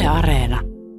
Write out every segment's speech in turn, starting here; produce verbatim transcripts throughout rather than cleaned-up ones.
Yle Areena.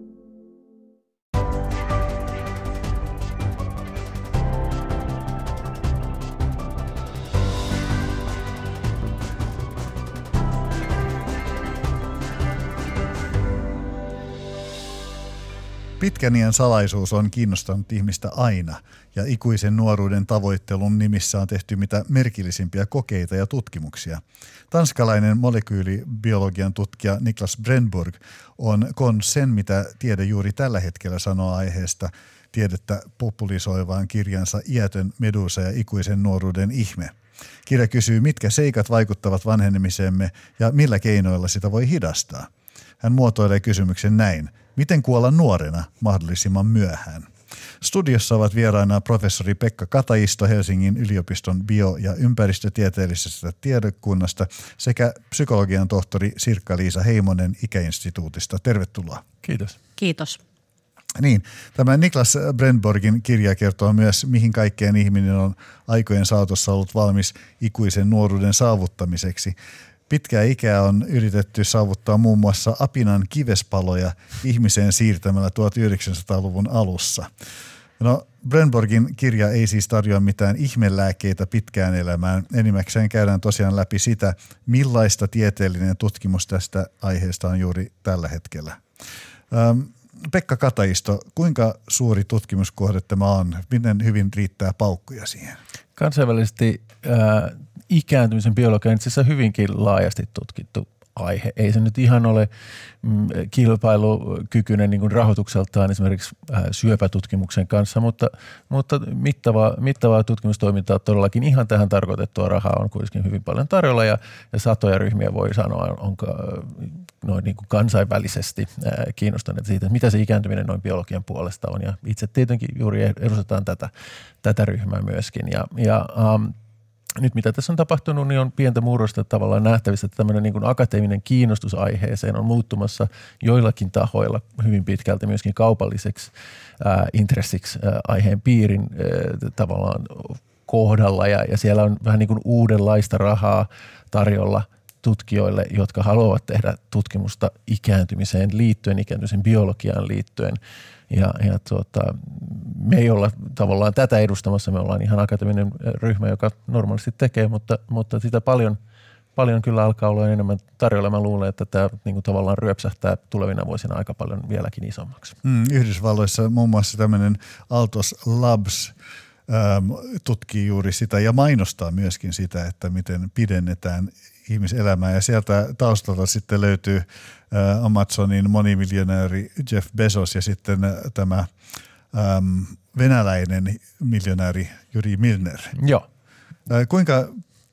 Pitkän iän salaisuus on kiinnostanut ihmistä aina, ja ikuisen nuoruuden tavoittelun nimissä on tehty mitä merkillisimpiä kokeita ja tutkimuksia. Tanskalainen molekyylibiologian tutkija Niklas Brenborg on koonnut sen, mitä tiede juuri tällä hetkellä sanoo aiheesta tiedettä populisoivaan kirjansa Iätön meduusa ja ikuisen nuoruuden ihme. Kirja kysyy, mitkä seikat vaikuttavat vanhenemiseemme ja millä keinoilla sitä voi hidastaa. Hän muotoilee kysymyksen näin. Miten kuolla nuorena mahdollisimman myöhään? Studiossa ovat vieraina professori Pekka Kataisto Helsingin yliopiston bio- ja ympäristötieteellisestä tiedekunnasta sekä psykologian tohtori Sirkka-Liisa Heimonen Ikäinstituutista. Tervetuloa. Kiitos. Kiitos. Niin, tämä Niklas Brenborgin kirja kertoo myös, mihin kaikkeen ihminen on aikojen saatossa ollut valmis ikuisen nuoruuden saavuttamiseksi. Pitkää ikää on yritetty saavuttaa muun muassa apinan kivespaloja ihmiseen siirtämällä tuhatyhdeksänsataaluvun alussa. No, Brenborgin kirja ei siis tarjoa mitään ihmelääkkeitä pitkään elämään. Enimmäkseen käydään tosiaan läpi sitä, millaista tieteellinen tutkimus tästä aiheesta on juuri tällä hetkellä. Ähm, Pekka Kataisto, kuinka suuri tutkimuskohde tämä on? Miten hyvin riittää paukkuja siihen? Kansainvälisesti äh, ikääntymisen biologia on itse asiassa hyvinkin laajasti tutkittu aihe. Ei se nyt ihan ole mm, kilpailukykyinen niin kuin rahoitukseltaan esimerkiksi äh, syöpätutkimuksen kanssa, mutta, mutta mittavaa, mittavaa tutkimustoimintaa todellakin ihan tähän tarkoitettua rahaa on kuitenkin hyvin paljon tarjolla ja, ja satoja ryhmiä voi sanoa on noin niin kuin kansainvälisesti äh, kiinnostuneet siitä, että mitä se ikääntyminen noin biologian puolesta on ja itse tietenkin juuri edustetaan tätä, tätä ryhmää myöskin ja, ja um, nyt mitä tässä on tapahtunut, niin on pientä murrosta tavallaan nähtävissä, että tämmöinen niin kuin akateeminen kiinnostus aiheeseen on muuttumassa joillakin tahoilla hyvin pitkälti myöskin kaupalliseksi ää, intressiksi ää, aiheen piirin ää, tavallaan kohdalla ja, ja siellä on vähän niin kuin uudenlaista rahaa tarjolla tutkijoille, jotka haluavat tehdä tutkimusta ikääntymiseen liittyen, ikääntymisen biologiaan liittyen. Ja, ja tuota, me ei olla tavallaan tätä edustamassa, me ollaan ihan akateeminen ryhmä, joka normaalisti tekee, mutta, mutta sitä paljon, paljon kyllä alkaa olla enemmän tarjolla. Mä luulen, että tämä niin kuin tavallaan ryöpsähtää tulevina vuosina aika paljon vieläkin isommaksi. Mm, Yhdysvalloissa muun muassa tämmöinen Altos Labs ähm, tutkii juuri sitä ja mainostaa myöskin sitä, että miten pidennetään ihmiselämää ja sieltä taustalta sitten löytyy ä, Amazonin monimiljonääri Jeff Bezos ja sitten ä, tämä äm, venäläinen miljonääri Juri Milner. Joo. Ä, kuinka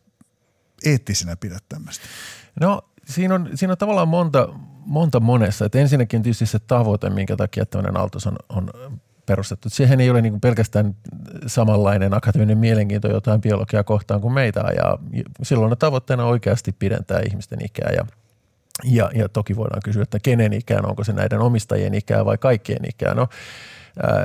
eettisenä pidät tämmöistä? No siinä on, siinä on tavallaan monta, monta monessa. Et ensinnäkin tietysti se tavoite, minkä takia tämmöinen Altos on, on perustettu. Siihen ei ole niin kuin pelkästään samanlainen akateeminen mielenkiinto jotain biologiaa kohtaan kuin meitä ajaa. Silloin tavoitteena oikeasti pidentää ihmisten ikää ja, ja, ja toki voidaan kysyä, että kenen ikään, onko se näiden omistajien ikää vai kaikkien ikää. No, ää,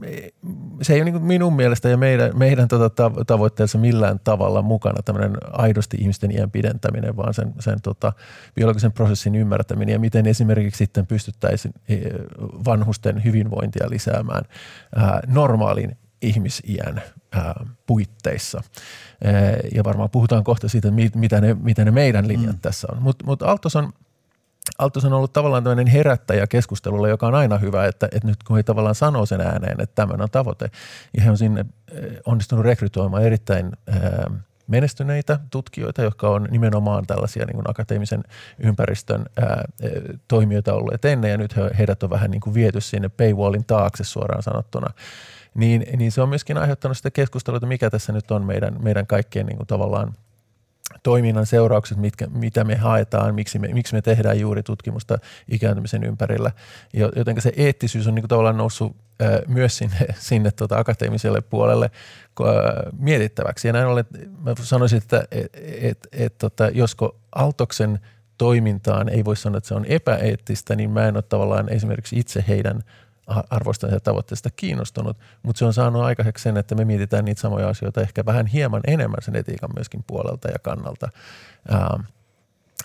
se ei ole niin kuin minun mielestä ja meidän, meidän tota tavoitteessa millään tavalla mukana tämmöinen aidosti ihmisten iän pidentäminen, vaan sen, sen tota, biologisen prosessin ymmärtäminen ja miten esimerkiksi sitten pystyttäisiin vanhusten hyvinvointia lisäämään ää, normaalin ihmisiän ää, puitteissa. Ää, ja varmaan puhutaan kohta siitä, mitä ne, mitä ne meidän linjat mm. tässä on. Mutta mut Altos on Altos on ollut tavallaan tämmöinen herättäjä keskustelulle, joka on aina hyvä, että, että nyt kun he tavallaan sanoo sen ääneen, että tämmöinen on tavoite. Ja he on sinne onnistunut rekrytoimaan erittäin ää, menestyneitä tutkijoita, jotka on nimenomaan tällaisia niin kuin akateemisen ympäristön ää, toimijoita olleet ennen. Ja nyt he, heidät on vähän niin kuin viety sinne paywallin taakse suoraan sanottuna. Niin, niin se on myöskin aiheuttanut sitä keskustelua, että mikä tässä nyt on meidän, meidän kaikkien niin kuin tavallaan toiminnan seuraukset, mitkä, mitä me haetaan, miksi me, miksi me tehdään juuri tutkimusta ikääntymisen ympärillä. Joten se eettisyys on niin kuin tavallaan noussut ää, myös sinne, sinne tota, akateemiselle puolelle ää, mietittäväksi. Ja näin ollen, mä sanoisin, että et, et, et, tota, josko Altoksen toimintaan ei voi sanoa, että se on epäeettistä, niin mä en ole tavallaan esimerkiksi itse heidän arvoistaan ja tavoitteesta kiinnostunut, mutta se on saanut aikaiseksi sen, että me mietitään niitä samoja asioita ehkä vähän hieman enemmän sen etiikan myöskin puolelta ja kannalta. Ää,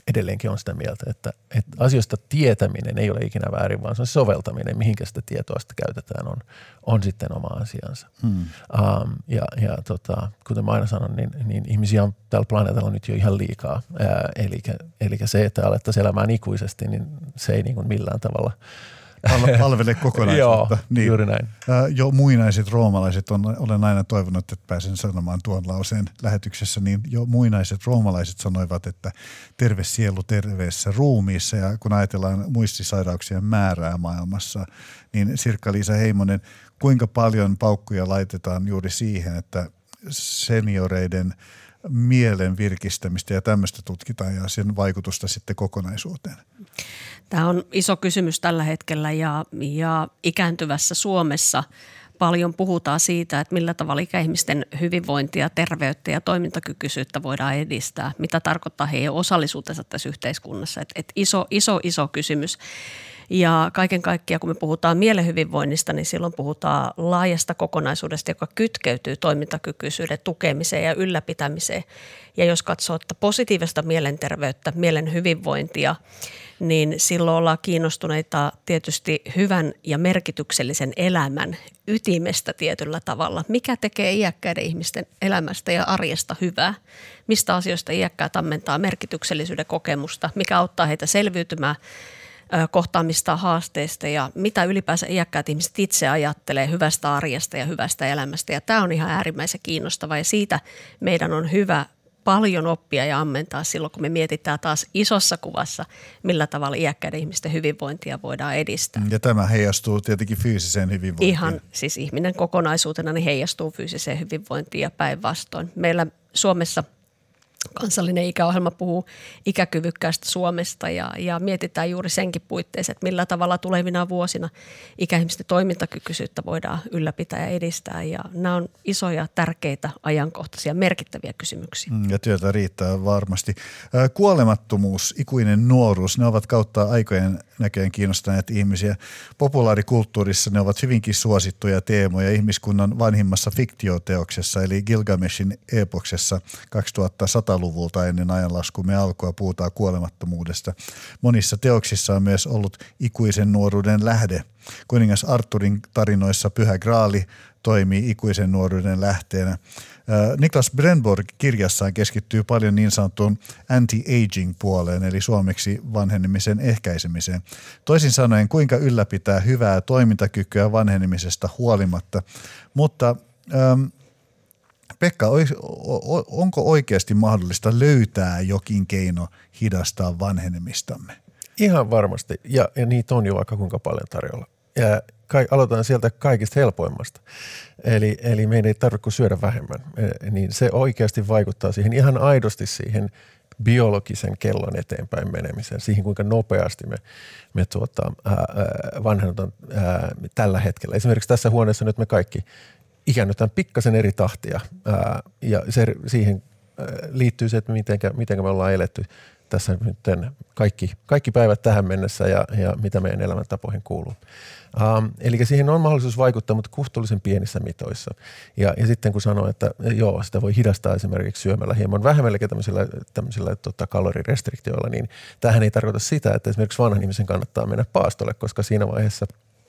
edelleenkin on sitä mieltä, että, että asioista tietäminen ei ole ikinä väärin, vaan se on soveltaminen, mihinkä sitä tietoa sitä käytetään, on, on sitten oma asiansa. Hmm. Um, ja ja tota, kuten mä aina sanon, niin, niin ihmisiä on tällä planeetalla nyt jo ihan liikaa. Ää, eli, eli se, että alettaisiin elämään ikuisesti, niin se ei niin kuin millään tavalla palvele kokonaisuutta. Joo, niin. Juuri näin. Jo muinaiset roomalaiset, on, olen aina toivonut, että pääsen sanomaan tuon lauseen lähetyksessä, niin jo muinaiset roomalaiset sanoivat, että terve sielu terveessä ruumiissa, ja kun ajatellaan muistisairauksien määrää maailmassa, niin Sirkka-Liisa Heimonen, kuinka paljon paukkuja laitetaan juuri siihen, että senioreiden mielen virkistämistä ja tämmöistä tutkitaan ja sen vaikutusta sitten kokonaisuuteen? Tämä on iso kysymys tällä hetkellä ja, ja ikääntyvässä Suomessa paljon puhutaan siitä, että millä tavalla ikäihmisten hyvinvointia, terveyttä ja toimintakykyisyyttä voidaan edistää. Mitä tarkoittaa heidän osallisuutensa tässä yhteiskunnassa. Et, et iso, iso, iso kysymys. Ja kaiken kaikkiaan, kun me puhutaan mielen hyvinvoinnista, niin silloin puhutaan laajasta kokonaisuudesta, joka kytkeytyy toimintakykyisyyden tukemiseen ja ylläpitämiseen. Ja jos katsoo, että positiivista mielenterveyttä, mielen hyvinvointia, niin silloin ollaan kiinnostuneita tietysti hyvän ja merkityksellisen elämän ytimestä tietyllä tavalla. Mikä tekee iäkkäiden ihmisten elämästä ja arjesta hyvää? Mistä asioista iäkkäät ammentaa merkityksellisyyden kokemusta? Mikä auttaa heitä selviytymään kohtaamista haasteista ja mitä ylipäänsä iäkkäät ihmiset itse ajattelee hyvästä arjesta ja hyvästä elämästä. Ja tämä on ihan äärimmäisen kiinnostavaa ja siitä meidän on hyvä paljon oppia ja ammentaa silloin, kun me mietitään taas isossa kuvassa, millä tavalla iäkkäiden ihmisten hyvinvointia voidaan edistää. Ja tämä heijastuu tietenkin fyysiseen hyvinvointiin. Ihan, siis ihminen kokonaisuutena niin heijastuu fyysiseen hyvinvointiin ja päinvastoin. Meillä Suomessa kansallinen ikäohjelma puhuu ikäkyvykkäästä Suomesta ja, ja mietitään juuri senkin puitteissa, että millä tavalla tulevina vuosina ikäihmisten toimintakykyisyyttä voidaan ylläpitää ja edistää. Ja nämä on isoja, tärkeitä, ajankohtaisia, merkittäviä kysymyksiä. Ja työtä riittää varmasti. Kuolemattomuus, ikuinen nuoruus, ne ovat kautta aikojen näköjään kiinnostaneet ihmisiä. Populaarikulttuurissa ne ovat hyvinkin suosittuja teemoja ihmiskunnan vanhimmassa fiktioteoksessa, eli Gilgameshin epoksessa kaksituhattasata-luvulta ennen ajanlaskumme alkua puhutaan kuolemattomuudesta. Monissa teoksissa on myös ollut ikuisen nuoruuden lähde. Kuningas Arturin tarinoissa Pyhä Graali toimii ikuisen nuoruuden lähteenä. Niklas Brenborg kirjassaan keskittyy paljon niin sanottuun anti-aging puoleen, eli suomeksi vanhenemisen ehkäisemiseen. Toisin sanoen, kuinka ylläpitää hyvää toimintakykyä vanhenemisesta huolimatta. Mutta ähm, Pekka, onko oikeasti mahdollista löytää jokin keino hidastaa vanhenemistamme? Ihan varmasti, ja, ja niitä on jo vaikka kuinka paljon tarjolla. Ja ka- aloitetaan sieltä kaikista helpoimmasta. Eli, eli meidän ei tarvitse kuin syödä vähemmän. E, niin se oikeasti vaikuttaa siihen ihan aidosti siihen biologisen kellon eteenpäin menemiseen, siihen kuinka nopeasti me, me tuota, ää, vanhennutaan ää, tällä hetkellä. Esimerkiksi tässä huoneessa nyt me kaikki ikäännytään pikkasen eri tahtia ää, ja se, siihen ää, liittyy se, että mitenkä, mitenkä me ollaan eletty tässä nyt kaikki, kaikki päivät tähän mennessä ja, ja mitä meidän elämäntapoihin kuuluu. Um, eli siihen on mahdollisuus vaikuttaa, mutta kohtuullisen pienissä mitoissa. Ja, ja sitten kun sanoo, että joo, sitä voi hidastaa esimerkiksi syömällä hieman vähemmän, eli tämmöisillä, tämmöisillä tota, kalorirestriktioilla, niin tämähän ei tarkoita sitä, että esimerkiksi vanhan ihmisen kannattaa mennä paastolle, koska siinä vaiheessa,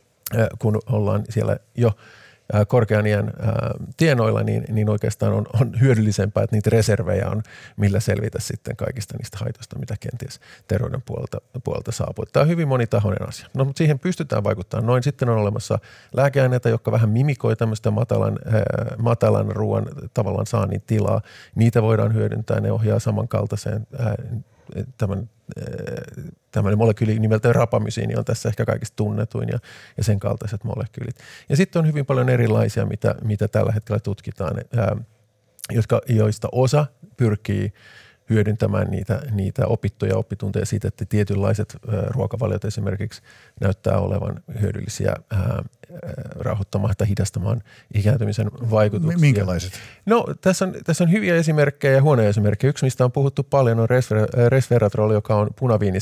kun ollaan siellä jo korkean iän tienoilla, niin, niin oikeastaan on, on hyödyllisempää, että niitä reservejä on, millä selvitä sitten kaikista niistä haitoista, mitä kenties terveyden puolelta, puolelta saapuu. Tämä on hyvin monitahoinen asia. No, mutta siihen pystytään vaikuttamaan. Noin sitten on olemassa lääkeaineita, jotka vähän mimikoi tämmöistä matalan, äh, matalan ruoan tavallaan saannin tilaa. Niitä voidaan hyödyntää, ne ohjaa samankaltaiseen äh, tämän tämmöinen molekyyli nimeltä rapamysiini on tässä ehkä kaikista tunnetuin ja, ja sen kaltaiset molekyylit. Ja sitten on hyvin paljon erilaisia, mitä, mitä tällä hetkellä tutkitaan, ää, jotka, joista osa pyrkii hyödyntämään niitä, niitä opittuja oppitunteja siitä, että tietynlaiset ää, ruokavaliot esimerkiksi näyttää olevan hyödyllisiä ää, rauhoittamaan tai hidastamaan ikääntymisen vaikutuksia. Minkälaiset? No tässä on, tässä on hyviä esimerkkejä ja huonoja esimerkkejä. Yksi, mistä on puhuttu paljon, on resver, resveratrol, joka on punaviinissä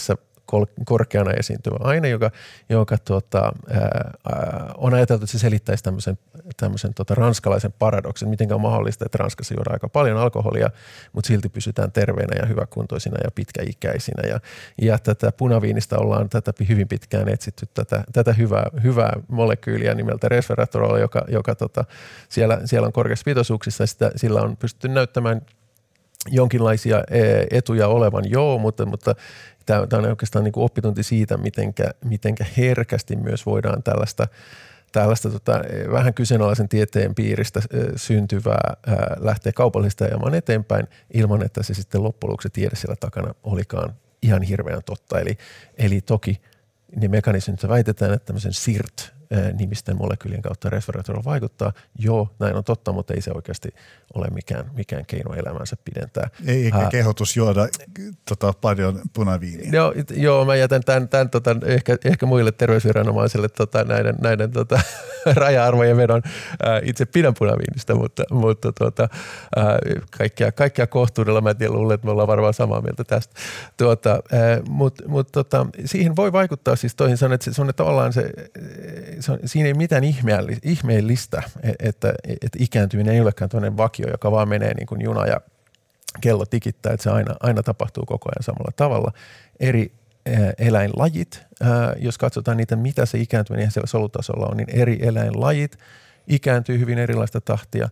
korkeana esiintyvä aine, joka, joka tuota, ää, on ajateltu, että se selittäisi tämmöisen, tämmöisen tota, ranskalaisen paradoksin. Miten on mahdollista, että Ranskassa juodaan aika paljon alkoholia, mutta silti pysytään terveenä ja hyväkuntoisina ja pitkäikäisinä. Ja, ja tätä punaviinistä ollaan tätä hyvin pitkään etsitty tätä, tätä hyvää, hyvää molekyyliä nimeltä resveratrol, joka, joka tota, siellä, siellä on korkeassa pitoisuuksissa ja sitä, sillä on pystytty näyttämään jonkinlaisia etuja olevan, joo, mutta, mutta tämä on oikeastaan niin kuin oppitunti siitä, mitenkä, mitenkä herkästi myös voidaan tällaista, tällaista tota, vähän kyseenalaisen tieteen piiristä syntyvää ää, lähteä kaupallista ajamaan eteenpäin ilman, että se sitten loppujen lopuksi tiede siellä takana olikaan ihan hirveän totta. Eli, eli toki ne mekanismit väitetään, että tämmöisen S I R T-nimisten molekyylien kautta resveratrol vaikuttaa. Joo, näin on totta, mutta ei se oikeasti ole mikään, mikään keino elämänsä pidentää. Ei eikä uh, kehotus juoda tota, paljon punaviiniä. Joo, joo, mä jätän tämän, tämän tota, ehkä, ehkä muille terveysviranomaisille tota, näiden, näiden tota, raja-arvojen vedon. Ää, itse pidän punaviinistä, mutta, mutta tota, ää, kaikkea, kaikkea kohtuudella mä en tiedä, luulen, että me ollaan varmaan samaa mieltä tästä. Tuota, mutta mut, tota, siihen voi vaikuttaa siis toisin sanoen, että se, se on tavallaan se, se on, siinä ei mitään ihmeellistä, että, että ikääntyminen ei olekaan toinen vakio, joka vaan menee niin kuin juna ja kello tikittää, että se aina, aina tapahtuu koko ajan samalla tavalla. Eri eläinlajit, jos katsotaan niitä, mitä se ikääntyminen siellä solutasolla on, niin eri eläinlajit ikääntyy hyvin erilaista tahtia.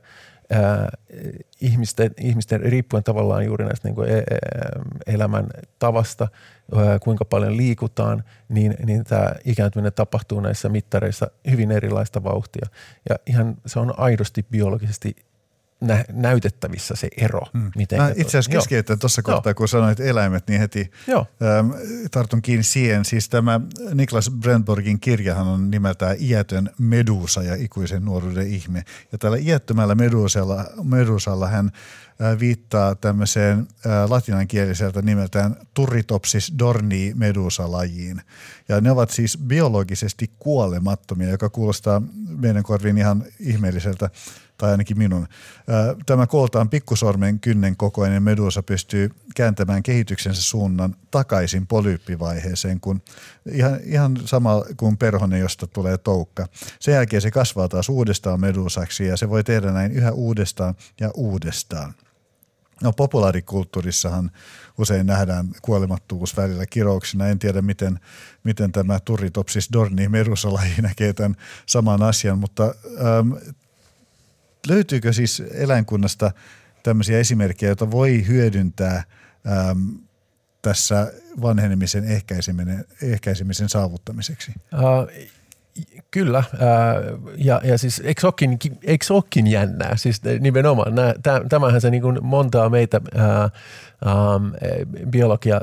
Ihmisten, ihmisten riippuen tavallaan juuri näistä niin kuin elämän tavasta, kuinka paljon liikutaan, niin, niin tämä ikääntyminen tapahtuu näissä mittareissa hyvin erilaista vauhtia. Ja ihan se on aidosti biologisesti nä- näytettävissä se ero. Hmm. Miten Mä itse asiassa keskeytän tuossa kohtaa, kun sanoit eläimet, niin heti äm, tartun kiinni siihen. Siis tämä Niklas Brentborgin kirjahan on nimeltään Iätön meduusa ja ikuisen nuoruuden ihme. Ja tällä iättömällä meduusalla, meduusalla hän äh, viittaa tämmöiseen äh, latinankieliseltä nimeltään Turritopsis dornii meduusalajiin. Ja ne ovat siis biologisesti kuolemattomia, joka kuulostaa meidän korviin ihan ihmeelliseltä, tai ainakin minun. Tämä kooltaan pikkusormen kynnen kokoinen meduusa pystyy kääntämään kehityksensä suunnan takaisin polyyppivaiheeseen, kun ihan, ihan sama kuin perhonen, josta tulee toukka. Sen jälkeen se kasvaa taas uudestaan meduusaksi ja se voi tehdä näin yhä uudestaan ja uudestaan. No, populaarikulttuurissahan usein nähdään kuolemattomuus välillä kirouksina. En tiedä, miten, miten tämä Turritopsis dornii medusalaji näkee tämän saman asian, mutta ähm, löytyykö siis eläinkunnasta tämmöisiä esimerkkejä, joita voi hyödyntää äm, tässä vanhenemisen ehkäisemisen, ehkäisemisen saavuttamiseksi? Uh, kyllä. Uh, ja, ja siis eikö olekin jännää? Siis nimenomaan. Nää, tämähän se niin kuin montaa meitä uh, um, biologia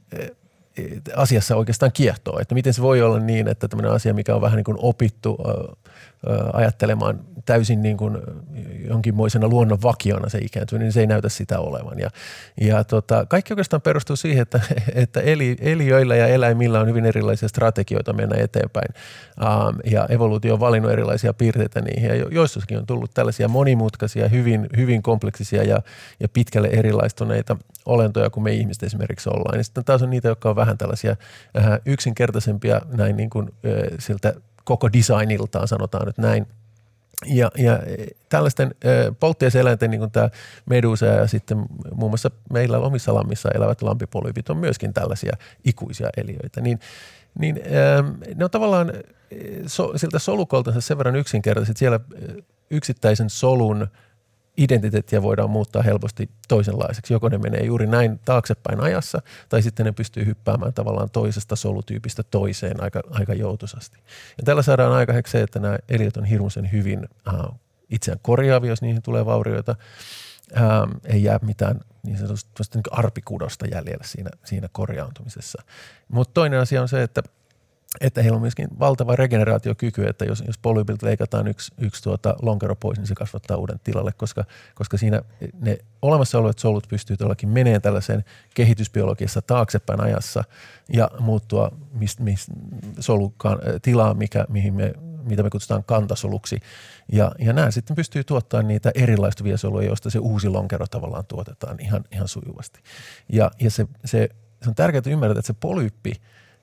asiassa oikeastaan kiehtoo. Että miten se voi olla niin, että tämmöinen asia, mikä on vähän niin kuin opittu uh, ajattelemaan täysin niin kuin jonkinmoisena luonnon vakiona se ikääntyy, niin se ei näytä sitä olevan. Ja, ja tota, kaikki oikeastaan perustuu siihen, että, että eli, eliöillä ja eläimillä on hyvin erilaisia strategioita mennä eteenpäin. Um, ja evoluutio on valinnut erilaisia piirteitä niihin. Ja joissakin on tullut tällaisia monimutkaisia, hyvin, hyvin kompleksisia ja, ja pitkälle erilaistuneita olentoja kuin me ihmiset esimerkiksi ollaan. Ja sitten taas on niitä, jotka on vähän tällaisia äh, yksinkertaisempia näin niin kuin äh, siltä koko designiltaan, sanotaan nyt näin. Ja, ja tällaisten äh, polttiaiseläinten, niin kuin tämä meduusa ja sitten muun muassa meillä omissa lammissa elävät lampipolyypit on myöskin tällaisia ikuisia eliöitä. Niin, niin äh, ne on tavallaan so, siltä solukoltansa sen verran yksinkertaiset. Siellä yksittäisen solun identiteettiä voidaan muuttaa helposti toisenlaiseksi. Joko ne menee juuri näin taaksepäin ajassa, tai sitten ne pystyy hyppäämään tavallaan toisesta solutyypistä toiseen aika, aika joutuisasti. Ja tällä saadaan aikaiseksi se, että nämä eliöt on hirmuisen hyvin äh, itseään korjaavia, jos niihin tulee vaurioita. Äh, ei jää mitään niin sanotusti niin arpikudosta jäljellä siinä, siinä korjaantumisessa. Mutta toinen asia on se, että että heillä on myöskin valtava regeneraatiokyky, että jos, jos polyypilta leikataan yksi, yksi tuota lonkero pois, niin se kasvattaa uuden tilalle, koska, koska siinä ne olemassa olevat solut pystyy todellakin menemään tällaiseen kehitysbiologiassa taaksepäin ajassa ja muuttua mis, mis, solukaan, tilaan, mikä, mihin me, mitä me kutsutaan kantasoluksi. Ja, ja nämä sitten pystyy tuottamaan niitä erilaistuvia soluja, joista se uusi lonkero tavallaan tuotetaan ihan, ihan sujuvasti. Ja, ja se, se, se on tärkeää ymmärtää, että se polyyppi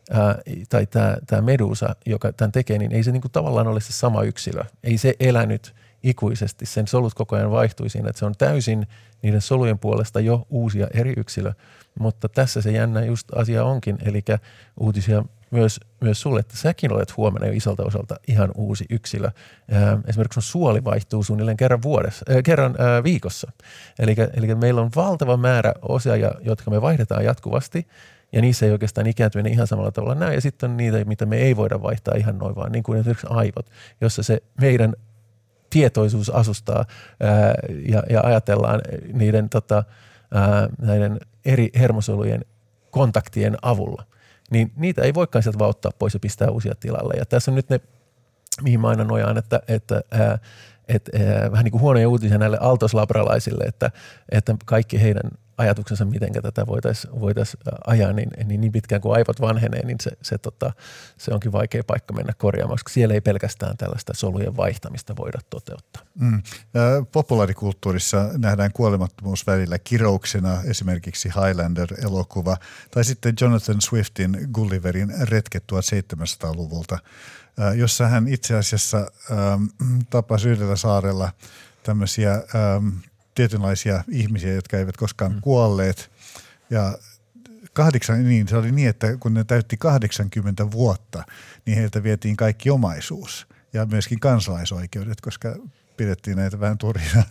ää, tai tämä, tämä Medusa, joka tämän tekee, niin ei se niin kuin tavallaan ole se sama yksilö. Ei se elänyt ikuisesti. Sen solut koko ajan vaihtui siinä, että se on täysin niiden solujen puolesta jo uusia eri yksilö. Mutta tässä se jännä just asia onkin, eli uutisia myös, myös sulle, että säkin olet huomenna jo isolta osalta ihan uusi yksilö. Ää, esimerkiksi sun suoli vaihtuu suunnilleen kerran, vuodessa, äh, kerran äh, viikossa. Eli, eli meillä on valtava määrä osia, jotka me vaihdetaan jatkuvasti, ja niissä ei oikeastaan ikääntyminen ihan samalla tavalla näy. Ja sitten on niitä, mitä me ei voida vaihtaa ihan noin vaan, niin kuin esimerkiksi aivot, jossa se meidän tietoisuus asustaa ää, ja, ja ajatellaan niiden tota, ää, näiden eri hermosolujen kontaktien avulla. Niin niitä ei voikaan sieltä vaan ottaa pois ja pistää uusia tilalle. Ja tässä on nyt ne, mihin mä aina nojaan, että, että ää, et, ää, vähän niin kuin huonoja uutisia näille altoslabralaisille, että, että kaikki heidän ajatuksensa, miten tätä voitaisiin voitais ajaa, niin, niin niin pitkään kuin aivot vanhenee, niin se, se, tota, se onkin vaikea paikka mennä korjaamaan, koska siellä ei pelkästään tällaista solujen vaihtamista voida toteuttaa. Mm. Populaarikulttuurissa nähdään kuolemattomuus välillä kirouksena, esimerkiksi Highlander-elokuva, tai sitten Jonathan Swiftin Gulliverin retket tuhatseitsemänsataaluvulta, jossa hän itse asiassa ähm, tapasi yhdellä saarella tämmöisiä ähm, tietynlaisia ihmisiä, jotka eivät koskaan mm. kuolleet. Ja kahdeksan, niin se oli niin, että kun ne täytti kahdeksankymmentä vuotta, niin heiltä vietiin kaikki omaisuus ja myöskin kansalaisoikeudet, koska pidettiin näitä vähän turhina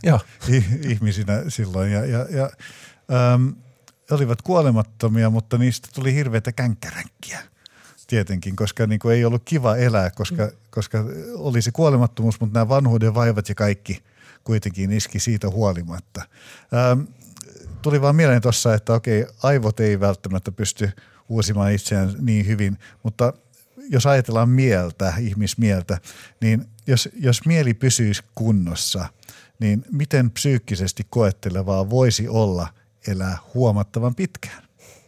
ihmisinä silloin. Ja, ja, ja ähm, olivat kuolemattomia, mutta niistä tuli hirveätä känkkäränkkiä tietenkin, koska niin kuin ei ollut kiva elää, koska, mm. koska oli se kuolemattomuus, mutta nämä vanhuuden vaivat ja kaikki kuitenkin iski siitä huolimatta. Ähm, tuli vaan mieleen tuossa, että okei, aivot ei välttämättä pysty uusimaan itseään niin hyvin, mutta jos ajatellaan mieltä, ihmismieltä, niin jos, jos mieli pysyisi kunnossa, niin miten psyykkisesti koettelevaa voisi olla elää huomattavan pitkään?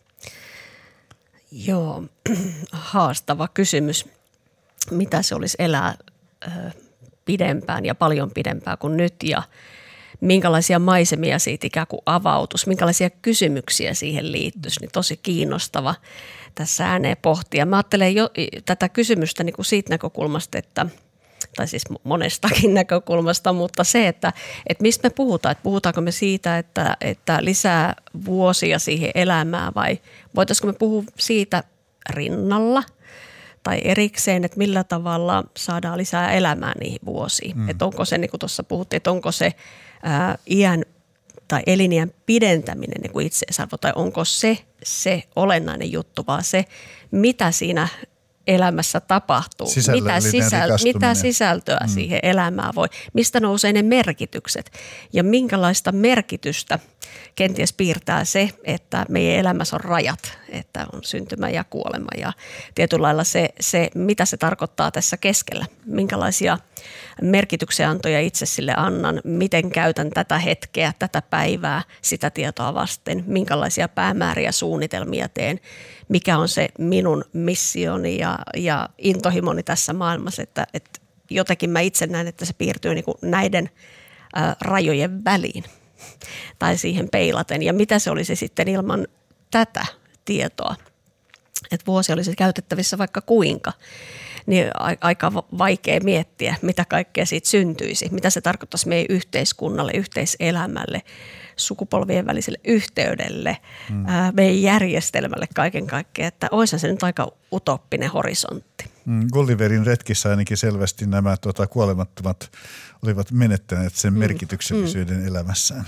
Joo, haastava kysymys. Mitä se olisi elää äh, pidempään ja paljon pidempään kuin nyt ja minkälaisia maisemia siitä ikään kuin avautus, minkälaisia kysymyksiä siihen liittyisi, niin tosi kiinnostava tässä ääneen pohtia. Mä ajattelen jo tätä kysymystä niin kuin siitä näkökulmasta, että, tai siis monestakin näkökulmasta, mutta se, että, että mistä me puhutaan, että puhutaanko me siitä, että, että lisää vuosia siihen elämään vai voitaisiko me puhua siitä rinnalla tai erikseen, että millä tavalla saadaan lisää elämää niihin vuosiin. Mm. Että onko se, niin kuin tuossa puhuttiin, että onko se ää, iän tai eliniän pidentäminen niin kuin itseisarvo, tai onko se se olennainen juttu, vaan se, mitä siinä elämässä tapahtuu, mitä, sisältö, mitä sisältöä mm. siihen elämään voi, mistä nousee ne merkitykset ja minkälaista merkitystä kenties piirtää se, että meidän elämässä on rajat, että on syntymä ja kuolema ja tietyllä lailla se, se mitä se tarkoittaa tässä keskellä, minkälaisia merkityksenantoja itse sille annan, miten käytän tätä hetkeä, tätä päivää, sitä tietoa vasten, minkälaisia päämääriä suunnitelmia teen, mikä on se minun missioni ja, ja intohimoni tässä maailmassa, että, että jotenkin mä itse näen, että se piirtyy niin kuin näiden ä, rajojen väliin tai siihen peilaten ja mitä se olisi sitten ilman tätä tietoa, että vuosi olisi käytettävissä vaikka kuinka, niin aika vaikea miettiä, mitä kaikkea siitä syntyisi, mitä se tarkoittaisi meidän yhteiskunnalle, yhteiselämälle, sukupolvien väliselle yhteydelle, mm. ää, meidän järjestelmälle kaiken kaikkiaan, että olisihan se nyt aika utoppinen horisontti. Mm, Gulliverin retkissä ainakin selvästi nämä tuota, kuolemattomat olivat menettäneet sen mm. merkityksellisyyden mm. elämässään.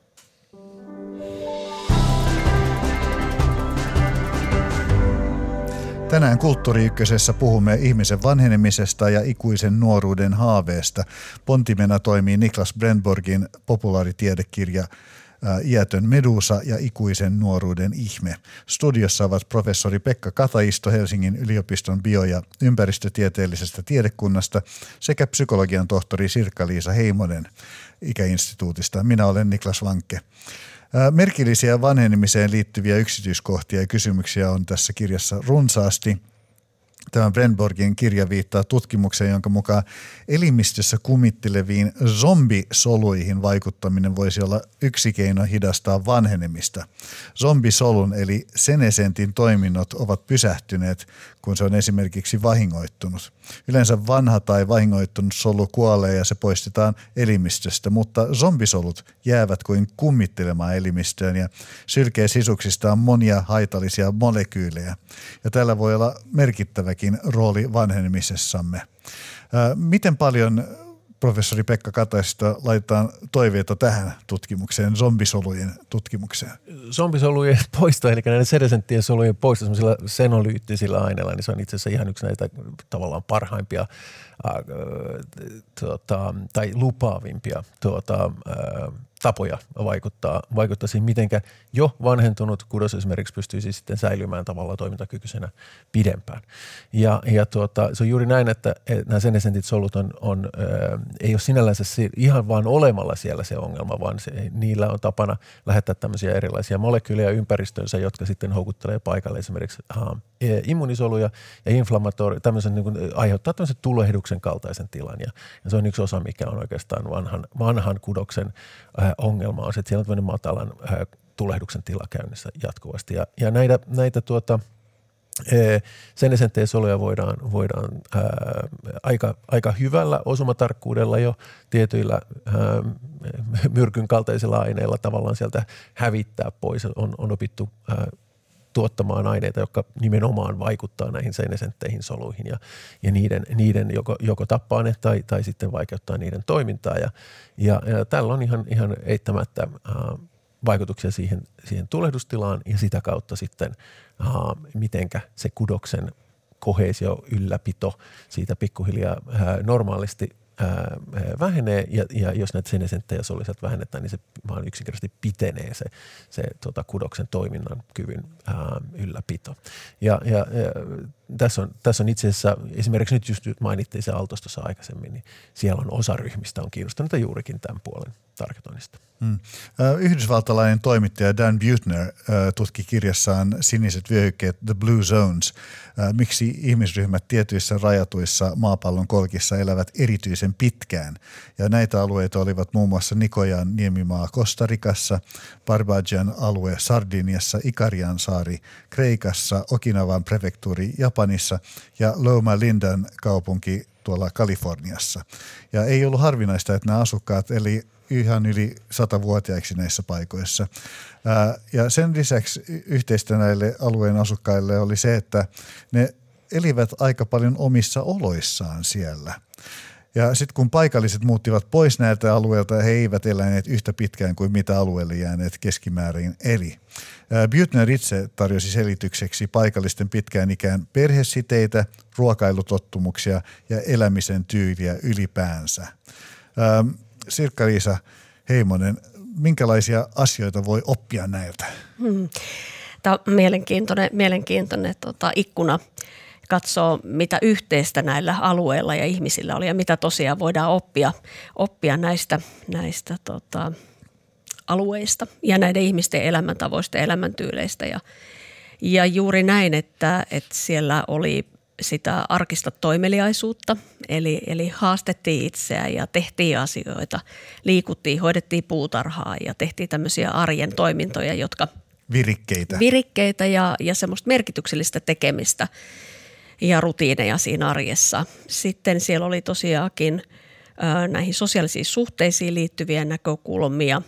Tänään Kulttuuri Ykkösessä puhumme ihmisen vanhenemisesta ja ikuisen nuoruuden haaveesta. Pontimena toimii Niklas Brennborgin populaaritiedekirja Iätön Medusa ja ikuisen nuoruuden ihme. Studiossa ovat professori Pekka Kataisto Helsingin yliopiston bio- ja ympäristötieteellisestä tiedekunnasta sekä psykologian tohtori Sirkka-Liisa Heimonen Ikäinstituutista. Minä olen Niklas Vankke. Merkillisiä vanhenemiseen liittyviä yksityiskohtia ja kysymyksiä on tässä kirjassa runsaasti. Tämä Brennborgin kirja viittaa tutkimukseen, jonka mukaan elimistössä kumitteleviin zombisoluihin vaikuttaminen voisi olla yksi keino hidastaa vanhenemista. Zombisolun eli senesentin toiminnot ovat pysähtyneet, kun se on esimerkiksi vahingoittunut. Yleensä vanha tai vahingoittunut solu kuolee ja se poistetaan elimistöstä, mutta zombisolut jäävät kuin kummittelemaan elimistöön ja sylkee sisuksistaan monia haitallisia molekyylejä. Ja tällä voi olla merkittäväkin rooli vanhenemisessamme. Miten paljon, professori Pekka Kataista, laitetaan toiveita tähän tutkimukseen, zombisolujen tutkimukseen? Zombisolujen poisto, eli näiden senesenttien solujen poisto semmoisilla senolyyttisillä aineilla, niin se on itse asiassa ihan yksi näitä tavallaan parhaimpia äh, tuota, tai lupaavimpia tuota, äh, tapoja vaikuttaa, vaikuttaa siihen, mitenkä jo vanhentunut kudos esimerkiksi pystyisi sitten säilymään tavallaan toimintakykyisenä pidempään. Ja, ja tuota, se on juuri näin, että, että nämä senesentit solut on, on, äh, ei ole sinällänsä ihan vaan olemalla siellä se ongelma, vaan se, niillä on tapana lähettää tämmöisiä erilaisia molekyylejä ympäristönsä, jotka sitten houkuttelee paikalle esimerkiksi äh, immunisoluja ja inflammatori, tämmöisen niin kuin, aiheuttaa tämmöisen tulehduksen kaltaisen tilan. Ja, ja se on yksi osa, mikä on oikeastaan vanhan, vanhan kudoksen äh, ongelma, on se, että siellä on tämmöinen matalan äh, tulehduksen tila käynnissä jatkuvasti. Ja, ja näitä, näitä tuota, senesenttejä soluja voidaan, voidaan ää, aika, aika hyvällä osumatarkkuudella jo tietyillä ää, myrkyn kaltaisilla aineilla tavallaan sieltä hävittää pois. On, on opittu ää, tuottamaan aineita, jotka nimenomaan vaikuttaa näihin senesentteihin soluihin ja, ja niiden, niiden joko, joko tappaa ne tai, tai sitten vaikeuttaa niiden toimintaa. Ja, ja, ja tällä on ihan, ihan eittämättä ää, vaikutuksia siihen, siihen tulehdustilaan ja sitä kautta sitten uh, mitenkä se kudoksen koheesio ylläpito siitä pikkuhiljaa uh, normaalisti uh, vähenee ja, ja jos näitä senesenttejä soliset vähennetään, niin se vaan yksinkertaisesti pitenee se, se tota, kudoksen toiminnan kyvyn uh, ylläpito. Ja, ja, ja tässä, on, tässä on itse asiassa, esimerkiksi nyt just mainittiin se Aaltos tuossa aikaisemmin, niin siellä on osa ryhmistä on kiinnostuneita juurikin tämän puolen tarketoinnista. Hmm. Yhdysvaltalainen toimittaja Dan Buettner tutki kirjassaan Siniset vyöhykkeet, The Blue Zones, miksi ihmisryhmät tietyissä rajatuissa maapallon kolkissa elävät erityisen pitkään. Ja näitä alueita olivat muun muassa Nicoyan niemimaa Kostarikassa, Barbagian alue Sardiniassa, Ikarian saari Kreikassa, Okinawan prefektuuri Japanissa ja Loma Lindan kaupunki tuolla Kaliforniassa. Ja ei ollut harvinaista, että nämä asukkaat eli ihan yli satavuotiaiksi näissä paikoissa. Ja sen lisäksi yhteistä näille alueen asukkaille oli se, että ne elivät aika paljon omissa oloissaan siellä. Ja sitten kun paikalliset muuttivat pois näiltä alueilta, he eivät eläneet yhtä pitkään kuin mitä alueelle jääneet keskimäärin eli. Buettner itse tarjosi selitykseksi paikallisten pitkään ikään perhesiteitä, ruokailutottumuksia ja elämisen tyyliä ylipäänsä. Sirkka-Liisa Heimonen, minkälaisia asioita voi oppia näiltä? Hmm. Tämä on mielenkiintoinen, mielenkiintoinen tota, ikkuna katsoo, mitä yhteistä näillä alueilla ja ihmisillä oli ja mitä tosiaan voidaan oppia, oppia näistä, näistä tota, alueista ja näiden ihmisten elämäntavoista ja elämäntyyleistä. Ja, ja juuri näin, että, että siellä oli sitä arkista toimeliaisuutta, eli, eli haastettiin itseään ja tehtiin asioita, liikuttiin, hoidettiin puutarhaa ja tehtiin tämmöisiä arjen toimintoja, jotka virikkeitä, virikkeitä ja, ja semmoista merkityksellistä tekemistä ja rutiineja siinä arjessa. Sitten siellä oli tosiaankin ä, näihin sosiaalisiin suhteisiin liittyviä näkökulmia,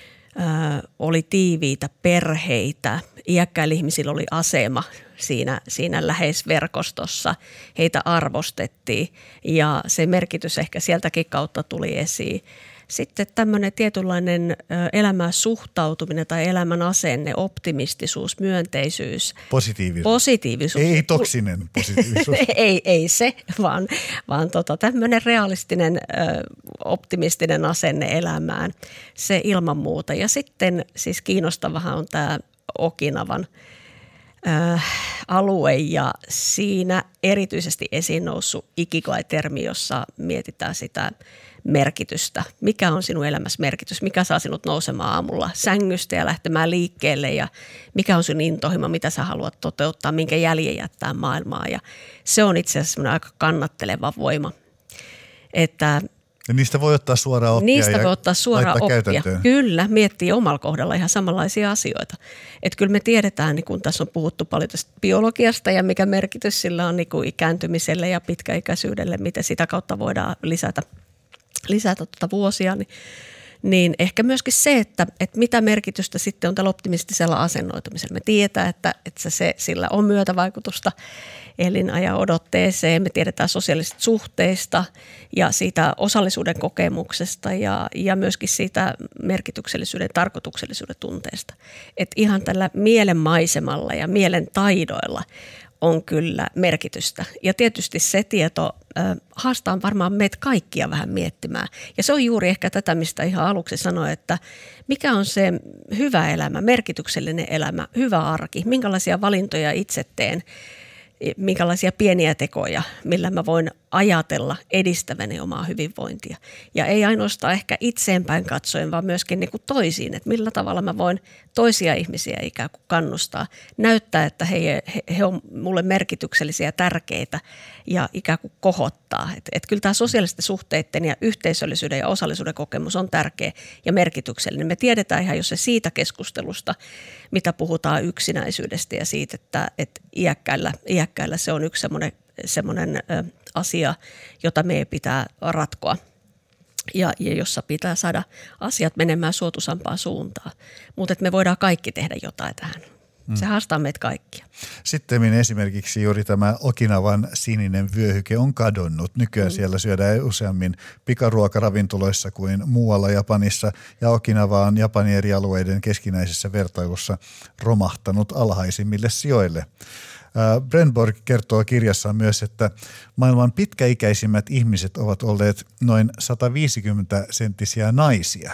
ä, oli tiiviitä perheitä, iäkkäillä ihmisillä oli asema siinä, siinä läheisverkostossa, heitä arvostettiin ja se merkitys ehkä sieltäkin kautta tuli esiin. Sitten tämmöinen tietynlainen elämään suhtautuminen tai elämän asenne, optimistisuus, myönteisyys. Positiivisuus. Positiivisuus. Ei toksinen positiivisuus. ei, ei se, vaan, vaan tota, tämmöinen realistinen, optimistinen asenne elämään. Se ilman muuta. Ja sitten siis kiinnostavahan on tämä Okinawan äh, alue ja siinä erityisesti esiin noussut ikigai-termi, jossa mietitään sitä merkitystä. Mikä on sinun elämässä merkitys? Mikä saa sinut nousemaan aamulla sängystä ja lähtemään liikkeelle ja mikä on sinun intohimo, mitä sä haluat toteuttaa, minkä jäljen jättää maailmaa ja se on itse asiassa semmoinen aika kannatteleva voima, että ja niistä voi ottaa suoraan oppia Niistä ja voi ottaa suoraan oppia. Käytäntöön. Kyllä, miettii omalla kohdalla ihan samanlaisia asioita. Että kyllä me tiedetään, niin kun tässä on puhuttu paljon tästä biologiasta ja mikä merkitys sillä on niin kuin ikääntymiselle ja pitkäikäisyydelle, miten sitä kautta voidaan lisätä, lisätä tuota vuosia, niin, niin ehkä myöskin se, että, että mitä merkitystä sitten on tällä optimistisella asennoitumisella. Me tiedetään, että, että se, sillä on myötävaikutusta elinajan odotteeseen, me tiedetään sosiaalisista suhteista ja siitä osallisuuden kokemuksesta ja, ja myöskin siitä merkityksellisyyden, tarkoituksellisuuden tunteesta. Että ihan tällä mielenmaisemalla ja mielen taidoilla on kyllä merkitystä. Ja tietysti se tieto äh, haastaa varmaan meitä kaikkia vähän miettimään. Ja se on juuri ehkä tätä, mistä ihan aluksi sanoin, että mikä on se hyvä elämä, merkityksellinen elämä, hyvä arki, minkälaisia valintoja itse teen, minkälaisia pieniä tekoja, millä mä voin ajatella edistäväni omaa hyvinvointia. Ja ei ainoastaan ehkä itseenpäin katsoen, vaan myöskin niin kuin toisiin, että millä tavalla mä voin toisia ihmisiä ikään kuin kannustaa, näyttää, että he, he, he on mulle merkityksellisiä ja tärkeitä ja ikään kuin kohottaa. Että et kyllä tämä sosiaalisten suhteiden ja yhteisöllisyyden ja osallisuuden kokemus on tärkeä ja merkityksellinen. Me tiedetään ihan jo se siitä keskustelusta, mitä puhutaan yksinäisyydestä ja siitä, että, että iäkkäillä, iäkkäillä se on yksi semmoinen semmoinen asia, jota meidän pitää ratkoa ja, ja jossa pitää saada asiat menemään suotuisampaan suuntaan. Mutta me voidaan kaikki tehdä jotain tähän. Se haastaa meitä kaikkia. Sitten esimerkiksi juuri tämä Okinawan sininen vyöhyke on kadonnut. Nykyään mm. siellä syödään useammin pikaruokaravintoloissa kuin muualla Japanissa ja Okinawa on Japanin eri alueiden keskinäisessä vertailussa romahtanut alhaisimmille sijoille. Brennborg kertoo kirjassaan myös, että maailman pitkäikäisimmät ihmiset ovat olleet noin sata viisikymmentä senttisiä naisia.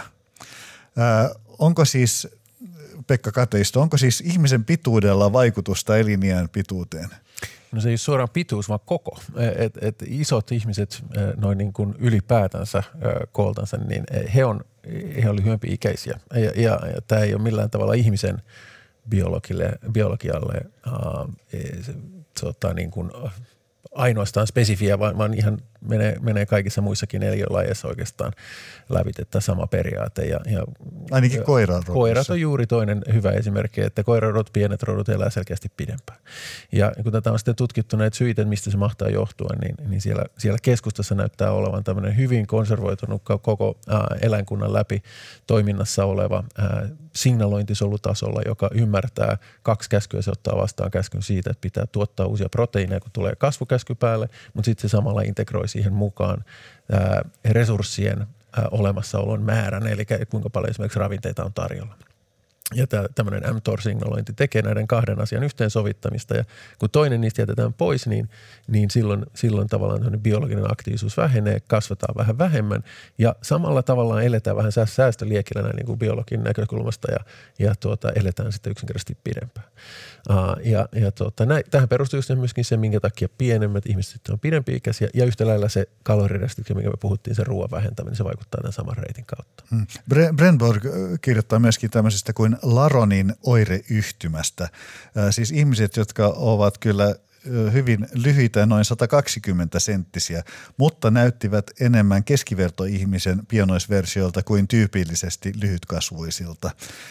Onko siis, Pekka Kateisto, onko siis ihmisen pituudella vaikutusta eliniän pituuteen? No se ei ole suoraan pituus, vaan koko. Et, et isot ihmiset noin niin kuin ylipäätänsä kooltansa, niin he on, he on lyhyempi ikäisiä. Ja, ja, ja tämä ei ole millään tavalla ihmisen biologille, biologialle uh, se, tota, niin kuin, ainoastaan spesifiä, vaan, vaan ihan menee, menee kaikissa muissakin eliölajeissa oikeastaan läpi tämä sama periaate. Ja, ja, Ainakin ja, koirat. Koirat on juuri toinen hyvä esimerkki, että koirarodut, pienet rodut elää selkeästi pidempään. Ja kun tätä on sitten tutkittu näitä syitä, mistä se mahtaa johtua, niin, niin siellä, siellä keskustassa näyttää olevan tämmöinen hyvin konservoitunut koko ää, eläinkunnan läpi toiminnassa oleva ää, signalointisolutasolla, joka ymmärtää kaksi käskyä, se ottaa vastaan käskyn siitä, että pitää tuottaa uusia proteiineja, kun tulee kasvukäsky päälle, mutta sitten se samalla integroi siihen mukaan ää, resurssien ää, olemassaolon määrän, eli kuinka paljon esimerkiksi ravinteita on tarjolla. Ja tämmöinen mTOR-signalointi tekee näiden kahden asian yhteensovittamista ja kun toinen niistä jätetään pois, niin, niin silloin, silloin tavallaan tämmöinen biologinen aktiivisuus vähenee, kasvataan vähän vähemmän ja samalla tavallaan eletään vähän säästöliekillä näin niin kuin biologin näkökulmasta ja, ja tuota, eletään sitten yksinkertaisesti pidempään. Uh, ja ja tuota, näin, tähän perustuu just myöskin se, minkä takia pienemmät ihmiset on pidempi-ikäisiä ja yhtä lailla se kalorirestriktio, minkä me puhuttiin, se ruoan vähentäminen, se vaikuttaa tämän saman reitin kautta. Hmm. Brennborg kirjoittaa myöskin tämmöisestä kuin Laronin oireyhtymästä. Siis ihmiset, jotka ovat kyllä hyvin lyhyitä, noin sata kaksikymmentä senttisiä, mutta näyttivät enemmän keskivertoihmisen pienoisversiolta kuin tyypillisesti lyhytkasvuisilta.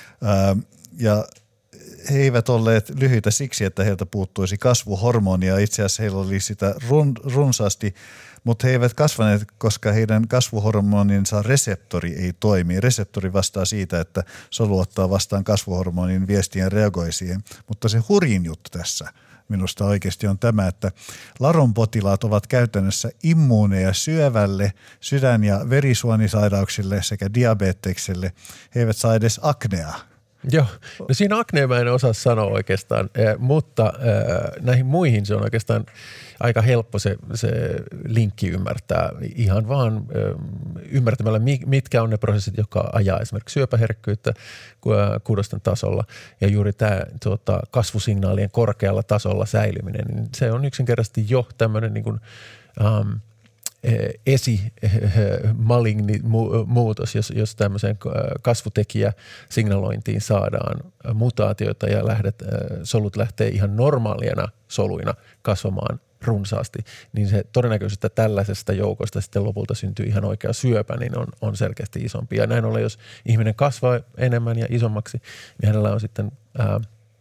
Ja he eivät olleet lyhyitä siksi, että heiltä puuttuisi kasvuhormonia. Itse asiassa heillä oli sitä run, runsaasti, mutta he eivät kasvaneet, koska heidän kasvuhormoninsa reseptori ei toimi. Reseptori vastaa siitä, että solu ottaa vastaan kasvuhormonin viestiä ja reagoi siihen. Mutta se hurjin juttu tässä minusta oikeasti on tämä, että Laron potilaat ovat käytännössä immuuneja syövälle, sydän- ja verisuonisairauksille sekä diabetekselle. He eivät saa edes aknea. Joo, no siinä akneen mä en osaa sanoa oikeastaan, mutta näihin muihin se on oikeastaan aika helppo se, se linkki ymmärtää ihan vaan ymmärtämällä, mitkä on ne prosessit, jotka ajaa esimerkiksi syöpäherkkyyttä kudosten tasolla. Ja juuri tämä tuota, kasvusignaalien korkealla tasolla säilyminen, niin se on yksinkertaisesti jo tämmöinen niin kuin, um, esi-maligni muutos, jos, jos tämmöiseen kasvutekijäsignalointiin saadaan mutaatioita ja lähdet, solut lähtee ihan normaalina soluina kasvamaan runsaasti, niin se todennäköisesti tällaisesta joukosta sitten lopulta syntyy ihan oikea syöpä, niin on, on selkeästi isompi. Ja näin ollen, jos ihminen kasvaa enemmän ja isommaksi, niin hänellä on sitten ää,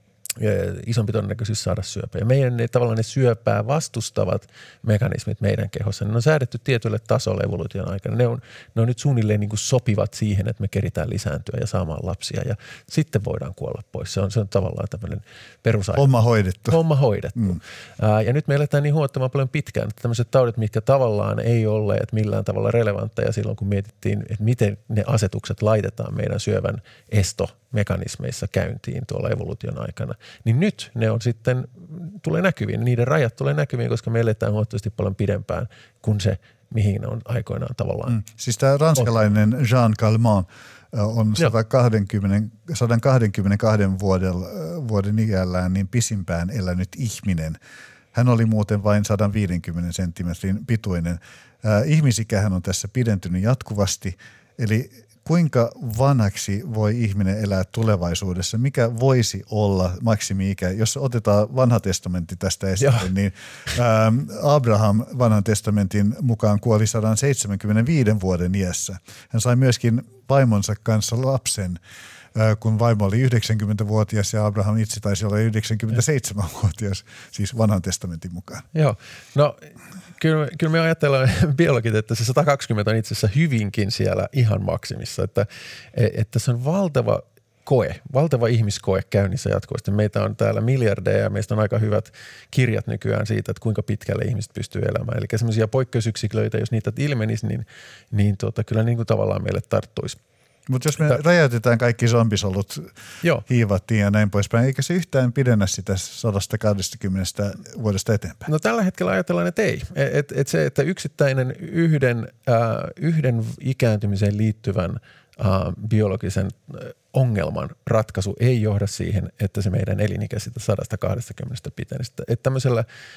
isompi todennäköisyys saada syöpää. Ja meidän ne, tavallaan ne syöpää vastustavat mekanismit meidän kehossa, ne on säädetty tietylle tasolle evoluution aikana. Ne on, ne on nyt suunnilleen niin kuin sopivat siihen, että me keritään lisääntyä ja saamaan lapsia ja sitten voidaan kuolla pois. Se on, se on tavallaan tämmöinen perusajatus. Homma hoidettu. Homma hoidettu. Mm. Ää, ja nyt me eletään niin huomattavan paljon pitkään, että tämmöiset taudit, mitkä tavallaan ei olleet millään tavalla relevantteja silloin, kun mietittiin, että miten ne asetukset laitetaan meidän syövän estomekanismeissa käyntiin tuolla evoluution aikana, niin nyt ne on sitten, tulee näkyviin, niiden rajat tulee näkyviin, koska me eletään huomattavasti paljon pidempään kuin se, mihin on aikoinaan tavallaan. Mm. Siis tämä ranskalainen Jean Calment on sata kaksikymmentä, sata kaksikymmentäkaksi vuoden, vuoden iällään niin pisimpään elänyt ihminen. Hän oli muuten vain sata viisikymmentä senttimetrin pituinen. Äh, ihmisikähän on tässä pidentynyt jatkuvasti, eli kuinka vanhaksi voi ihminen elää tulevaisuudessa? Mikä voisi olla maksimi-ikä? Jos otetaan vanha testamentti tästä esille, Joo. niin ähm, Abraham vanhan testamentin mukaan kuoli sata seitsemänkymmentäviisi vuoden iässä. Hän sai myöskin vaimonsa kanssa lapsen, äh, kun vaimo oli yhdeksänkymmentävuotias ja Abraham itse taisi olla yhdeksänkymmentäseitsemänvuotias, siis vanhan testamentin mukaan. Joo, no Kyllä, kyllä me ajatellaan biologit, että se sata kaksikymmentä on itse asiassa hyvinkin siellä ihan maksimissa, että, että se on valtava koe, valtava ihmiskoe käynnissä jatkuvasti. Meitä on täällä miljardeja ja meistä on aika hyvät kirjat nykyään siitä, että kuinka pitkälle ihmiset pystyy elämään. Eli semmoisia poikkeusyksiköitä, jos niitä ilmenisi, niin, niin tuota, kyllä niin kuin tavallaan meille tarttuisi. Mutta jos me Tä- räjäytetään kaikki zombisolut, Joo. hiivattiin ja näin poispäin, eikä se yhtään pidennä sitä sata kaksikymmentä vuodesta eteenpäin? No tällä hetkellä ajatellaan, että ei. Et, et se, että yksittäinen yhden, äh, yhden ikääntymiseen liittyvän äh, biologisen ongelman ratkaisu ei johda siihen, että se meidän elinikä sitä sata kaksikymmentä pitenisi. Että tämmöisellä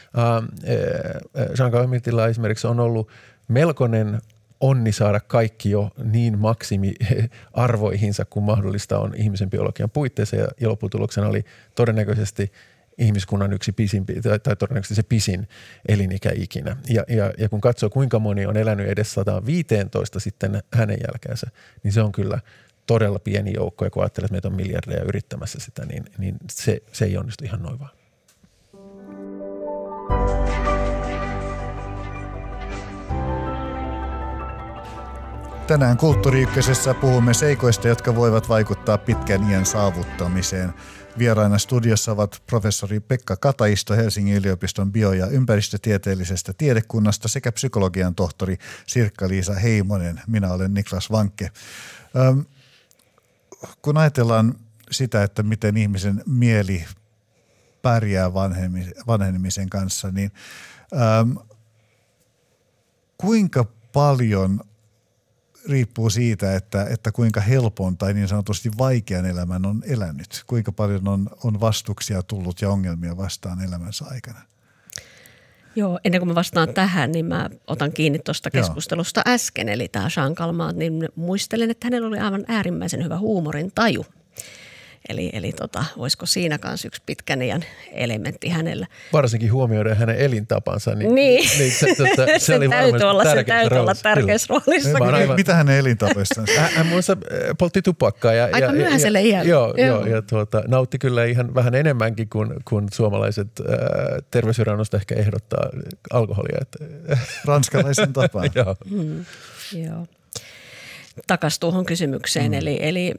äh, Jean Calmentilla esimerkiksi on ollut melkoinen onni saada kaikki jo niin maksimiarvoihinsa kuin mahdollista on ihmisen biologian puitteissa ja, ja lopputuloksena oli todennäköisesti ihmiskunnan yksi pisimpi tai, tai todennäköisesti se pisin elinikä ikinä. Ja, ja, ja kun katsoo kuinka moni on elänyt edes sata viisitoista sitten hänen jälkeensä, niin se on kyllä todella pieni joukko ja kun ajattelee, että meitä on miljardeja yrittämässä sitä, niin, niin se, se ei onnistu ihan noin vaan. Tänään Kulttuuri Ykkösessä puhumme seikoista, jotka voivat vaikuttaa pitkän iän saavuttamiseen. Vieraina studiossa ovat professori Pekka Kataisto Helsingin yliopiston bio- ja ympäristötieteellisestä tiedekunnasta sekä psykologian tohtori Sirkka-Liisa Heimonen. Minä olen Niklas Vankke. Ähm, kun ajatellaan sitä, että miten ihmisen mieli pärjää vanhenemisen kanssa, niin ähm, kuinka paljon riippuu siitä, että, että kuinka helpon tai niin sanotusti vaikean elämän on elänyt. Kuinka paljon on, on vastuksia tullut ja ongelmia vastaan elämänsä aikana. Joo, ennen kuin mä vastaan tähän, niin mä otan kiinni tuosta keskustelusta Joo. äsken. Eli tämä Jean Calment, niin muistelen, että hänellä oli aivan äärimmäisen hyvä huumorin taju. Eli, eli tota, olisiko siinä kanssa yksi pitkän iän elementti hänellä. Varsinkin huomioiden hänen elintapansa. Niin, niin. niin se, se, se, se oli täytyy olla, se täytyy olla tärkeässä roolissa. Aivan... Mitä hänen elintapoistaan? Hän, hän muassa poltti tupakkaa. Ja, Aika ja, myöhäiselle iällä. Joo, joo, ja tuota, nautti kyllä ihan vähän enemmänkin kuin, kuin suomalaiset äh, terveysviranomaiset ehkä ehdottaa alkoholia. Ranskalaisen tapaan. Joo. Hmm, joo. Takas tuohon kysymykseen. Mm. Eli, eli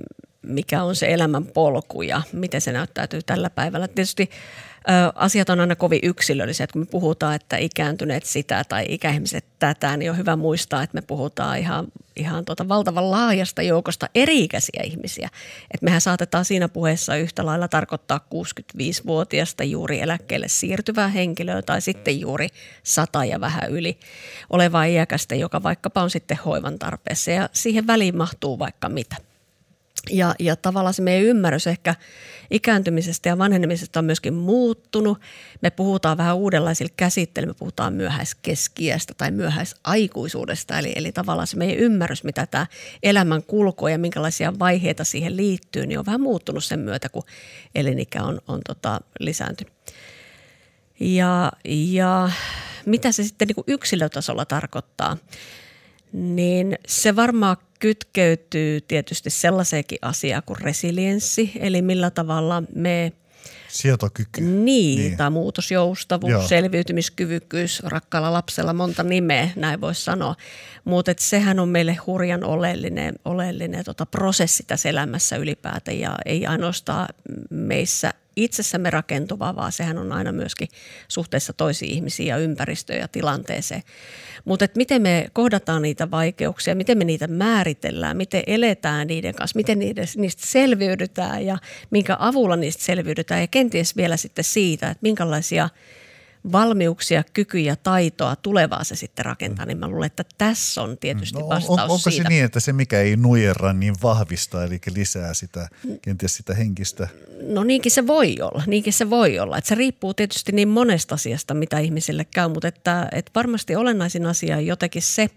mikä on se elämän polku ja miten se näyttäytyy tällä päivällä. Tietysti ö, asiat on aina kovin yksilöllisiä, kun me puhutaan, että ikääntyneet sitä tai ikäihmiset tätä, niin on hyvä muistaa, että me puhutaan ihan, ihan tuota valtavan laajasta joukosta eri-ikäisiä ihmisiä. Et mehän saatetaan siinä puheessa yhtä lailla tarkoittaa kuusikymmentäviisivuotiaasta juuri eläkkeelle siirtyvää henkilöä tai sitten juuri sata ja vähän yli olevaa iäkästä, joka vaikkapa on sitten hoivan tarpeessa ja siihen väliin mahtuu vaikka mitä. Ja, ja tavallaan se meidän ymmärrys ehkä ikääntymisestä ja vanhenemisesta on myöskin muuttunut. Me puhutaan vähän uudenlaisilla käsitteillä, me puhutaan myöhäiskeski-iästä tai myöhäisaikuisuudesta. Eli, eli tavallaan se meidän ymmärrys, mitä tämä elämän kulku ja minkälaisia vaiheita siihen liittyy, niin on vähän muuttunut sen myötä, kun elinikä on, on tota lisääntynyt. Ja, ja mitä se sitten niin kuin yksilötasolla tarkoittaa? Niin se varmaan kytkeytyy tietysti sellaiseenkin asiaan kuin resilienssi, eli millä tavalla me... Sietokyky. Niin, niin. tai muutosjoustavuus, Joo. selviytymiskyvykkyys, rakkaalla lapsella monta nimeä, näin voisi sanoa. Mutta sehän on meille hurjan oleellinen, oleellinen tota, prosessi tässä elämässä ylipäätään ja ei ainoastaan meissä itsessämme rakentuvaa, vaan sehän on aina myöskin suhteessa toisiin ihmisiin ja ympäristöön ja tilanteeseen. Mutta miten me kohdataan niitä vaikeuksia, miten me niitä määritellään, miten eletään niiden kanssa, miten niistä selviydytään ja minkä avulla niistä selviydytään ja kenties vielä sitten siitä, että minkälaisia valmiuksia, kykyjä, taitoa tulevaa se sitten rakentaa, niin mä luulen, että tässä on tietysti no, vastaus on, onko siitä. se niin, että se mikä ei nujerra, niin vahvistaa, eli lisää sitä, kenties sitä henkistä? No niinkin se voi olla, niinkin se voi olla. Että se riippuu tietysti niin monesta asiasta, mitä ihmisille käy, mutta että, että varmasti olennaisin asia on jotenkin se,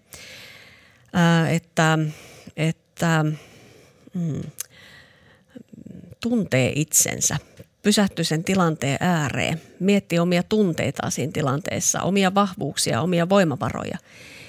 että, että mm, tuntee itsensä. Pysähtyy sen tilanteen ääreen, miettii omia tunteitaan siinä tilanteessa, omia vahvuuksia, omia voimavaroja.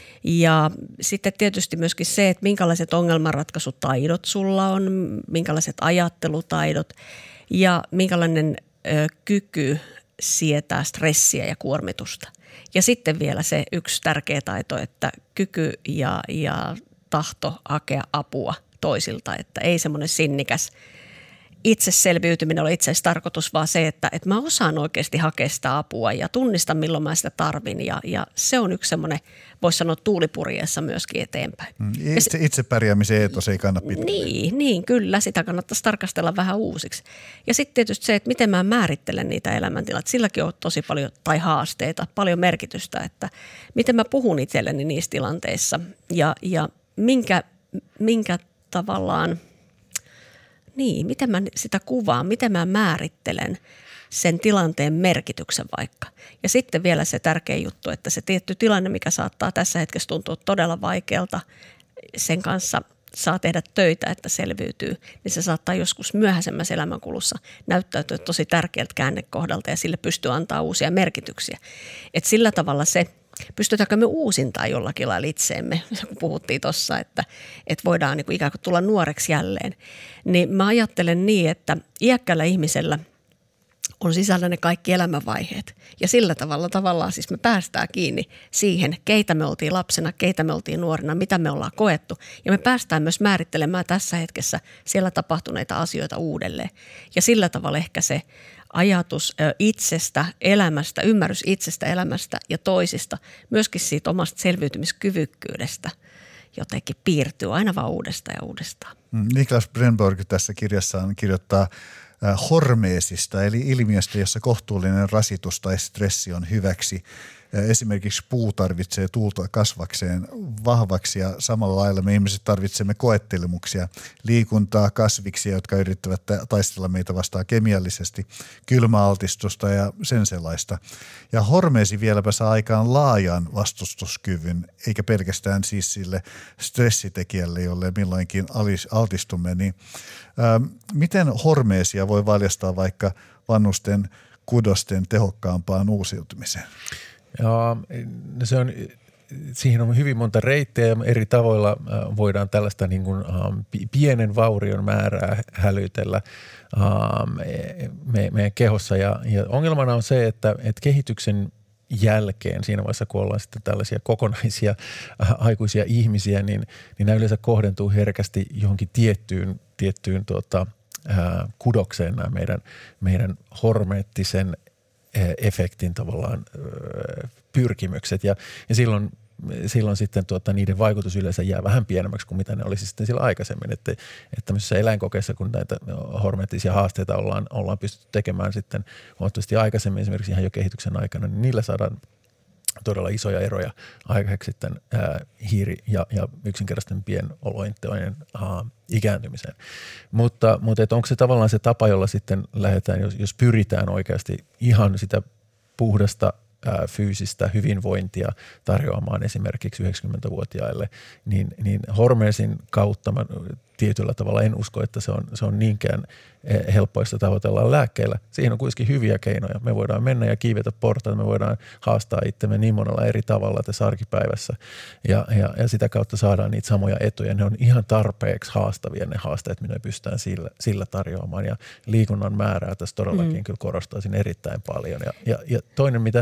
Ja sitten tietysti myöskin se, että minkälaiset ongelmanratkaisutaidot sulla on, minkälaiset ajattelutaidot ja minkälainen ö, kyky sietää stressiä ja kuormitusta. Ja sitten vielä se yksi tärkeä taito, että kyky ja, ja tahto hakea apua toisilta, että ei semmoinen sinnikäs itse selviytyminen ole itse asiassa tarkoitus, vaan se, että, että mä osaan oikeasti hakea sitä apua ja tunnistan, milloin mä sitä tarvin. Ja, ja se on yksi semmoinen, voisi sanoa, tuulipurjeessa myöskin eteenpäin. Itse, itse pärjäämisen eetos ei kannata pitää. Niin, niin, kyllä. Sitä kannattaisi tarkastella vähän uusiksi. Ja sitten tietysti se, että miten mä määrittelen niitä elämäntilanteita. Silläkin on tosi paljon, tai haasteita, paljon merkitystä, että miten mä puhun itselleni niissä tilanteissa ja, ja minkä, minkä tavallaan... Niin, miten mä sitä kuvaan, miten mä määrittelen sen tilanteen merkityksen vaikka. Ja sitten vielä se tärkeä juttu, että se tietty tilanne, mikä saattaa tässä hetkessä tuntua todella vaikealta, sen kanssa saa tehdä töitä, että selviytyy, niin se saattaa joskus myöhäisemmässä elämänkulussa näyttäytyä tosi tärkeältä käännekohdalta ja sille pystyy antaa uusia merkityksiä. Et sillä tavalla se... Pystytäänkö me uusintaa jollakin lailla itseemme, kun puhuttiin tuossa, että, että voidaan niin kuin ikään kuin tulla nuoreksi jälleen. Niin mä ajattelen niin, että iäkkäällä ihmisellä on sisällä ne kaikki elämänvaiheet. Ja sillä tavalla tavallaan siis me päästään kiinni siihen, keitä me oltiin lapsena, keitä me oltiin nuorena, mitä me ollaan koettu. Ja me päästään myös määrittelemään tässä hetkessä siellä tapahtuneita asioita uudelleen. Ja sillä tavalla ehkä se ajatus itsestä, elämästä, ymmärrys itsestä, elämästä ja toisista, myöskin siitä omasta selviytymiskyvykkyydestä jotenkin piirtyy aina vaan uudestaan ja uudestaan. Niklas Brenborg tässä kirjassaan kirjoittaa hormeesista, eli ilmiöstä, jossa kohtuullinen rasitus tai stressi on hyväksi. Esimerkiksi puu tarvitsee tuulta kasvakseen vahvaksi ja samalla lailla me ihmiset tarvitsemme koettelemuksia, liikuntaa, kasviksia, jotka yrittävät taistella meitä vastaan kemiallisesti, kylmäaltistusta ja sen sellaista. Ja hormeesi vieläpä saa aikaan laajan vastustuskyvyn, eikä pelkästään siis sille stressitekijälle, jolle milloinkin altistumme. Niin, ää, miten hormeesia voi valjastaa vaikka vanhusten kudosten tehokkaampaan uusiutumiseen? Ja se on, siihen on hyvin monta reittiä ja eri tavoilla voidaan tällaista niin kuin, um, pienen vaurion määrää hälytellä um, me, meidän kehossa. Ja, ja ongelmana on se, että, että kehityksen jälkeen, siinä vaiheessa kun ollaan sitten tällaisia kokonaisia äh, aikuisia ihmisiä, niin, niin nämä yleensä kohdentuu herkästi johonkin tiettyyn, tiettyyn tuota, äh, kudokseen nämä meidän, meidän hormeettisen äh, efektin tavallaan äh, pyrkimykset ja, ja silloin silloin sitten tuota, niiden vaikutus yleensä jää vähän pienemmäksi kuin mitä ne olisi sitten sillä aikaisemmin. Että, että tämmöisessä eläinkokeessa, kun näitä hormeettisia haasteita ollaan, ollaan pystytty tekemään sitten huomattavasti aikaisemmin, esimerkiksi ihan jo kehityksen aikana, niin niillä saadaan todella isoja eroja aikaiseksi sitten ää, hiiri- ja, ja yksinkertaisten pienolointojen aa, ikääntymiseen. Mutta, mutta et onko se tavallaan se tapa, jolla sitten lähdetään, jos, jos pyritään oikeasti ihan sitä puhdasta ää, fyysistä hyvinvointia tarjoamaan esimerkiksi yhdeksänkymmentävuotiaille, niin, niin Hormesin kautta mä tietyllä tavalla en usko, että se on, se on niinkään helppoista tavoitellaan lääkkeillä. Siihen on kuitenkin hyviä keinoja. Me voidaan mennä ja kiivetä portaita, me voidaan haastaa itsemme niin monella eri tavalla tässä arkipäivässä ja, ja, ja sitä kautta saadaan niitä samoja etuja. Ne on ihan tarpeeksi haastavia ne haasteet, mitä me pystytään sillä, sillä tarjoamaan ja liikunnan määrää tässä todellakin mm. kyllä korostaisin erittäin paljon. Ja, ja, ja toinen, mitä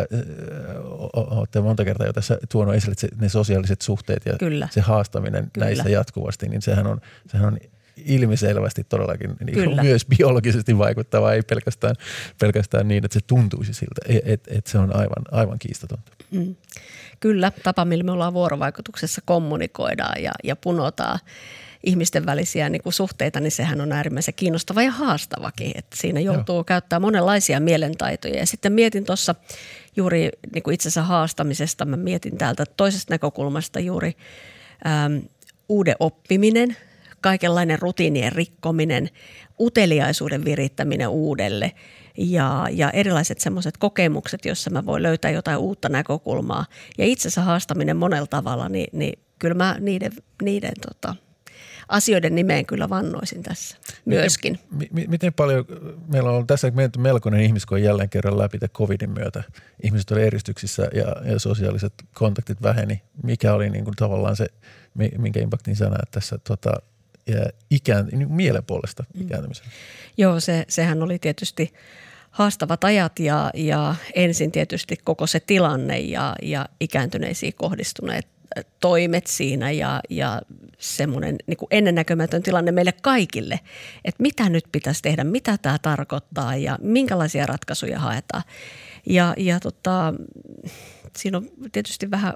olette monta kertaa jo tässä tuonut esille, että se, ne sosiaaliset suhteet ja kyllä. se haastaminen kyllä. näissä jatkuvasti, niin sehän on, sehän on ilmiselvästi todellakin niin myös biologisesti vaikuttavaa, ei pelkästään, pelkästään niin, että se tuntuisi siltä, että et, et se on aivan, aivan kiistatonta. Mm. Kyllä, tapa millä me ollaan vuorovaikutuksessa, kommunikoidaan ja, ja punotaan ihmisten välisiä niin kuin suhteita, niin sehän on äärimmäisen kiinnostava ja haastavakin, että siinä joutuu Joo. käyttämään monenlaisia mielentaitoja. Ja sitten mietin tuossa juuri niin kuin itsensä haastamisesta, mä mietin täältä toisesta näkökulmasta juuri äm, uuden oppiminen, kaikenlainen rutiinien rikkominen, uteliaisuuden virittäminen uudelle ja, ja erilaiset semmoiset kokemukset, joissa mä voin löytää jotain uutta näkökulmaa. Ja itsensä haastaminen monella tavalla, niin, niin kyllä mä niiden, niiden tota, asioiden nimeen kyllä vannoisin tässä myöskin. Miten, miten paljon, meillä on tässä menty melkoinen ihmiskoe jälleen kerran läpi covidin myötä. Ihmiset oli eristyksissä ja, ja sosiaaliset kontaktit väheni. Mikä oli niin kuin tavallaan se, minkä impaktin sä näet tässä tota, ja ikään, niin mielen puolesta ikääntymisen? Mm. Joo, se, sehän oli tietysti haastavat ajat ja, ja ensin tietysti koko se tilanne ja, ja ikääntyneisiin kohdistuneet toimet siinä ja, ja semmoinen niin kuin ennennäkemätön tilanne meille kaikille, että mitä nyt pitäisi tehdä, mitä tämä tarkoittaa ja minkälaisia ratkaisuja haetaan. Ja, ja tota, siinä on tietysti vähän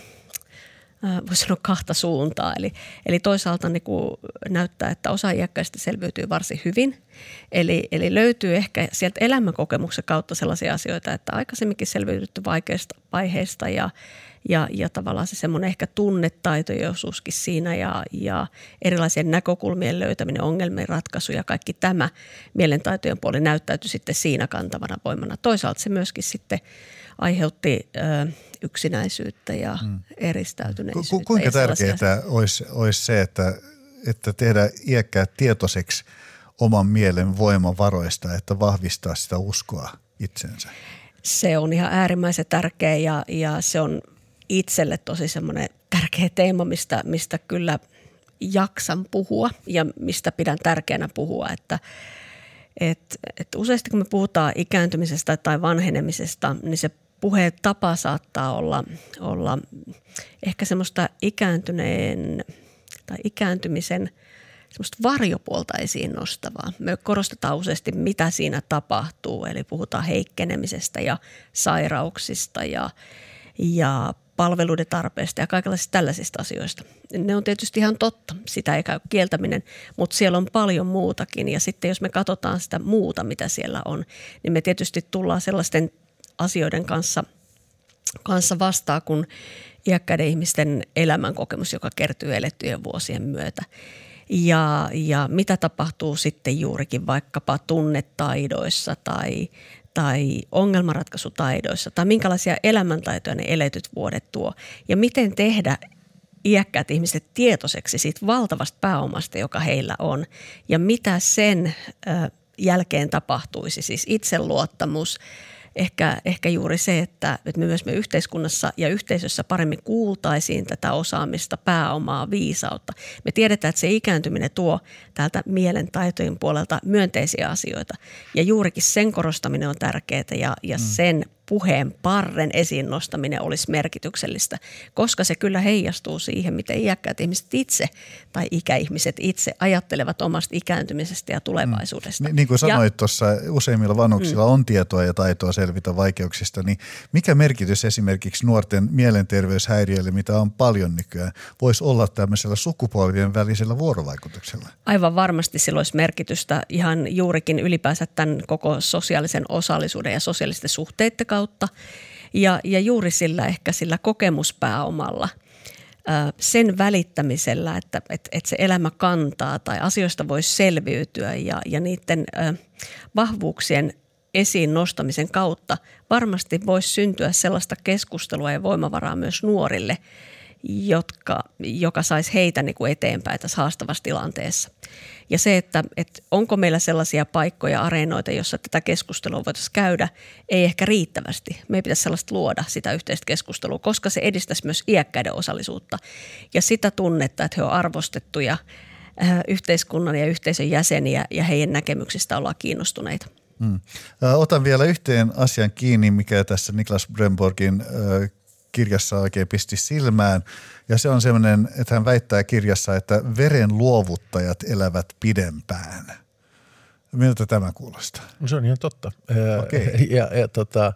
voisi sanoa kahta suuntaa. Eli, eli toisaalta niin kuin näyttää, että osa iäkkäistä selviytyy varsin hyvin. Eli, eli löytyy ehkä sieltä elämänkokemuksen kautta sellaisia asioita, että aikaisemminkin selviydytty vaikeista vaiheista ja, ja, ja tavallaan se semmoinen ehkä tunnetaitojoisuuskin siinä ja, ja erilaisien näkökulmien löytäminen, ongelmien ratkaisu ja kaikki tämä mielentaitojen puoli näyttäytyi sitten siinä kantavana voimana. Toisaalta se myöskin sitten aiheutti ö, yksinäisyyttä ja mm. eristäytyneisyyttä. Ku, kuinka tärkeää olisi, olisi se, että, että tehdä iäkkäät tietoiseksi oman mielen voimavaroista, että vahvistaa sitä uskoa itsensä? Se on ihan äärimmäisen tärkeä ja, ja se on itselle tosi semmoinen tärkeä teema, mistä, mistä kyllä jaksan puhua ja mistä pidän tärkeänä puhua, että et, et useasti kun me puhutaan ikääntymisestä tai vanhenemisesta, niin se puheen tapa saattaa olla, olla ehkä semmoista ikääntyneen tai ikääntymisen semmoista varjopuolta esiin nostavaa. Me korostetaan useasti, mitä siinä tapahtuu, eli puhutaan heikkenemisestä ja sairauksista ja, ja palveluiden tarpeesta ja kaikenlaisista tällaisista asioista. Ne on tietysti ihan totta, sitä ei käy kieltäminen, mutta siellä on paljon muutakin ja sitten jos me katsotaan sitä muuta, mitä siellä on, niin me tietysti tullaan sellaisten asioiden kanssa, kanssa vastaan kuin iäkkäiden ihmisten elämänkokemus, joka kertyy elettyjen vuosien myötä. Ja, ja mitä tapahtuu sitten juurikin vaikkapa tunnetaidoissa tai, tai ongelmanratkaisutaidoissa tai minkälaisia elämäntaitoja ne eletyt vuodet tuo. Ja miten tehdä iäkkäät ihmiset tietoiseksi siitä valtavasta pääomasta, joka heillä on ja mitä sen ö, jälkeen tapahtuisi, siis itseluottamus. Ehkä, ehkä juuri se, että, että me myös me yhteiskunnassa ja yhteisössä paremmin kuultaisiin tätä osaamista, pääomaa, viisautta. Me tiedetään, että se ikääntyminen tuo täältä mielentaitojen puolelta myönteisiä asioita ja juurikin sen korostaminen on tärkeää ja, ja mm. sen puheen parren esiin nostaminen olisi merkityksellistä, koska se kyllä heijastuu siihen, miten iäkkäät ihmiset itse tai ikäihmiset itse ajattelevat omasta ikääntymisestä ja tulevaisuudesta. Mm. Niin kuin sanoit tuossa, useimmilla vanhuksilla mm. on tietoa ja taitoa selvitä vaikeuksista, niin mikä merkitys esimerkiksi nuorten mielenterveyshäiriöille, mitä on paljon nykyään, voisi olla tämmöisellä sukupolvien välisellä vuorovaikutuksella? Aivan varmasti sillä olisi merkitystä ihan juurikin ylipäänsä tämän koko sosiaalisen osallisuuden ja sosiaalisten suhteiden kautta ja, ja juuri sillä ehkä sillä kokemuspääomalla, sen välittämisellä, että, että, että se elämä kantaa tai asioista voisi selviytyä ja, ja niiden vahvuuksien esiin nostamisen kautta varmasti voisi syntyä sellaista keskustelua ja voimavaraa myös nuorille, jotka, joka saisi heitä niin kuin eteenpäin tässä haastavassa tilanteessa. Ja se, että, että onko meillä sellaisia paikkoja, areenoita, jossa tätä keskustelua voitaisiin käydä, ei ehkä riittävästi. Me ei pitäisi sellaista luoda sitä yhteistä keskustelua, koska se edistäisi myös iäkkäiden osallisuutta ja sitä tunnetta, että he ovat arvostettuja äh, yhteiskunnan ja yhteisön jäseniä ja heidän näkemyksistä ollaan kiinnostuneita. Hmm. Otan vielä yhteen asian kiinni, mikä tässä Niklas Bremborgin äh, kirjassa oikein pisti silmään. Ja se on semmoinen, että hän väittää kirjassa, että veren luovuttajat elävät pidempään. Miltä tämä kuulostaa? Se on ihan totta. Okay. Ja, ja tota,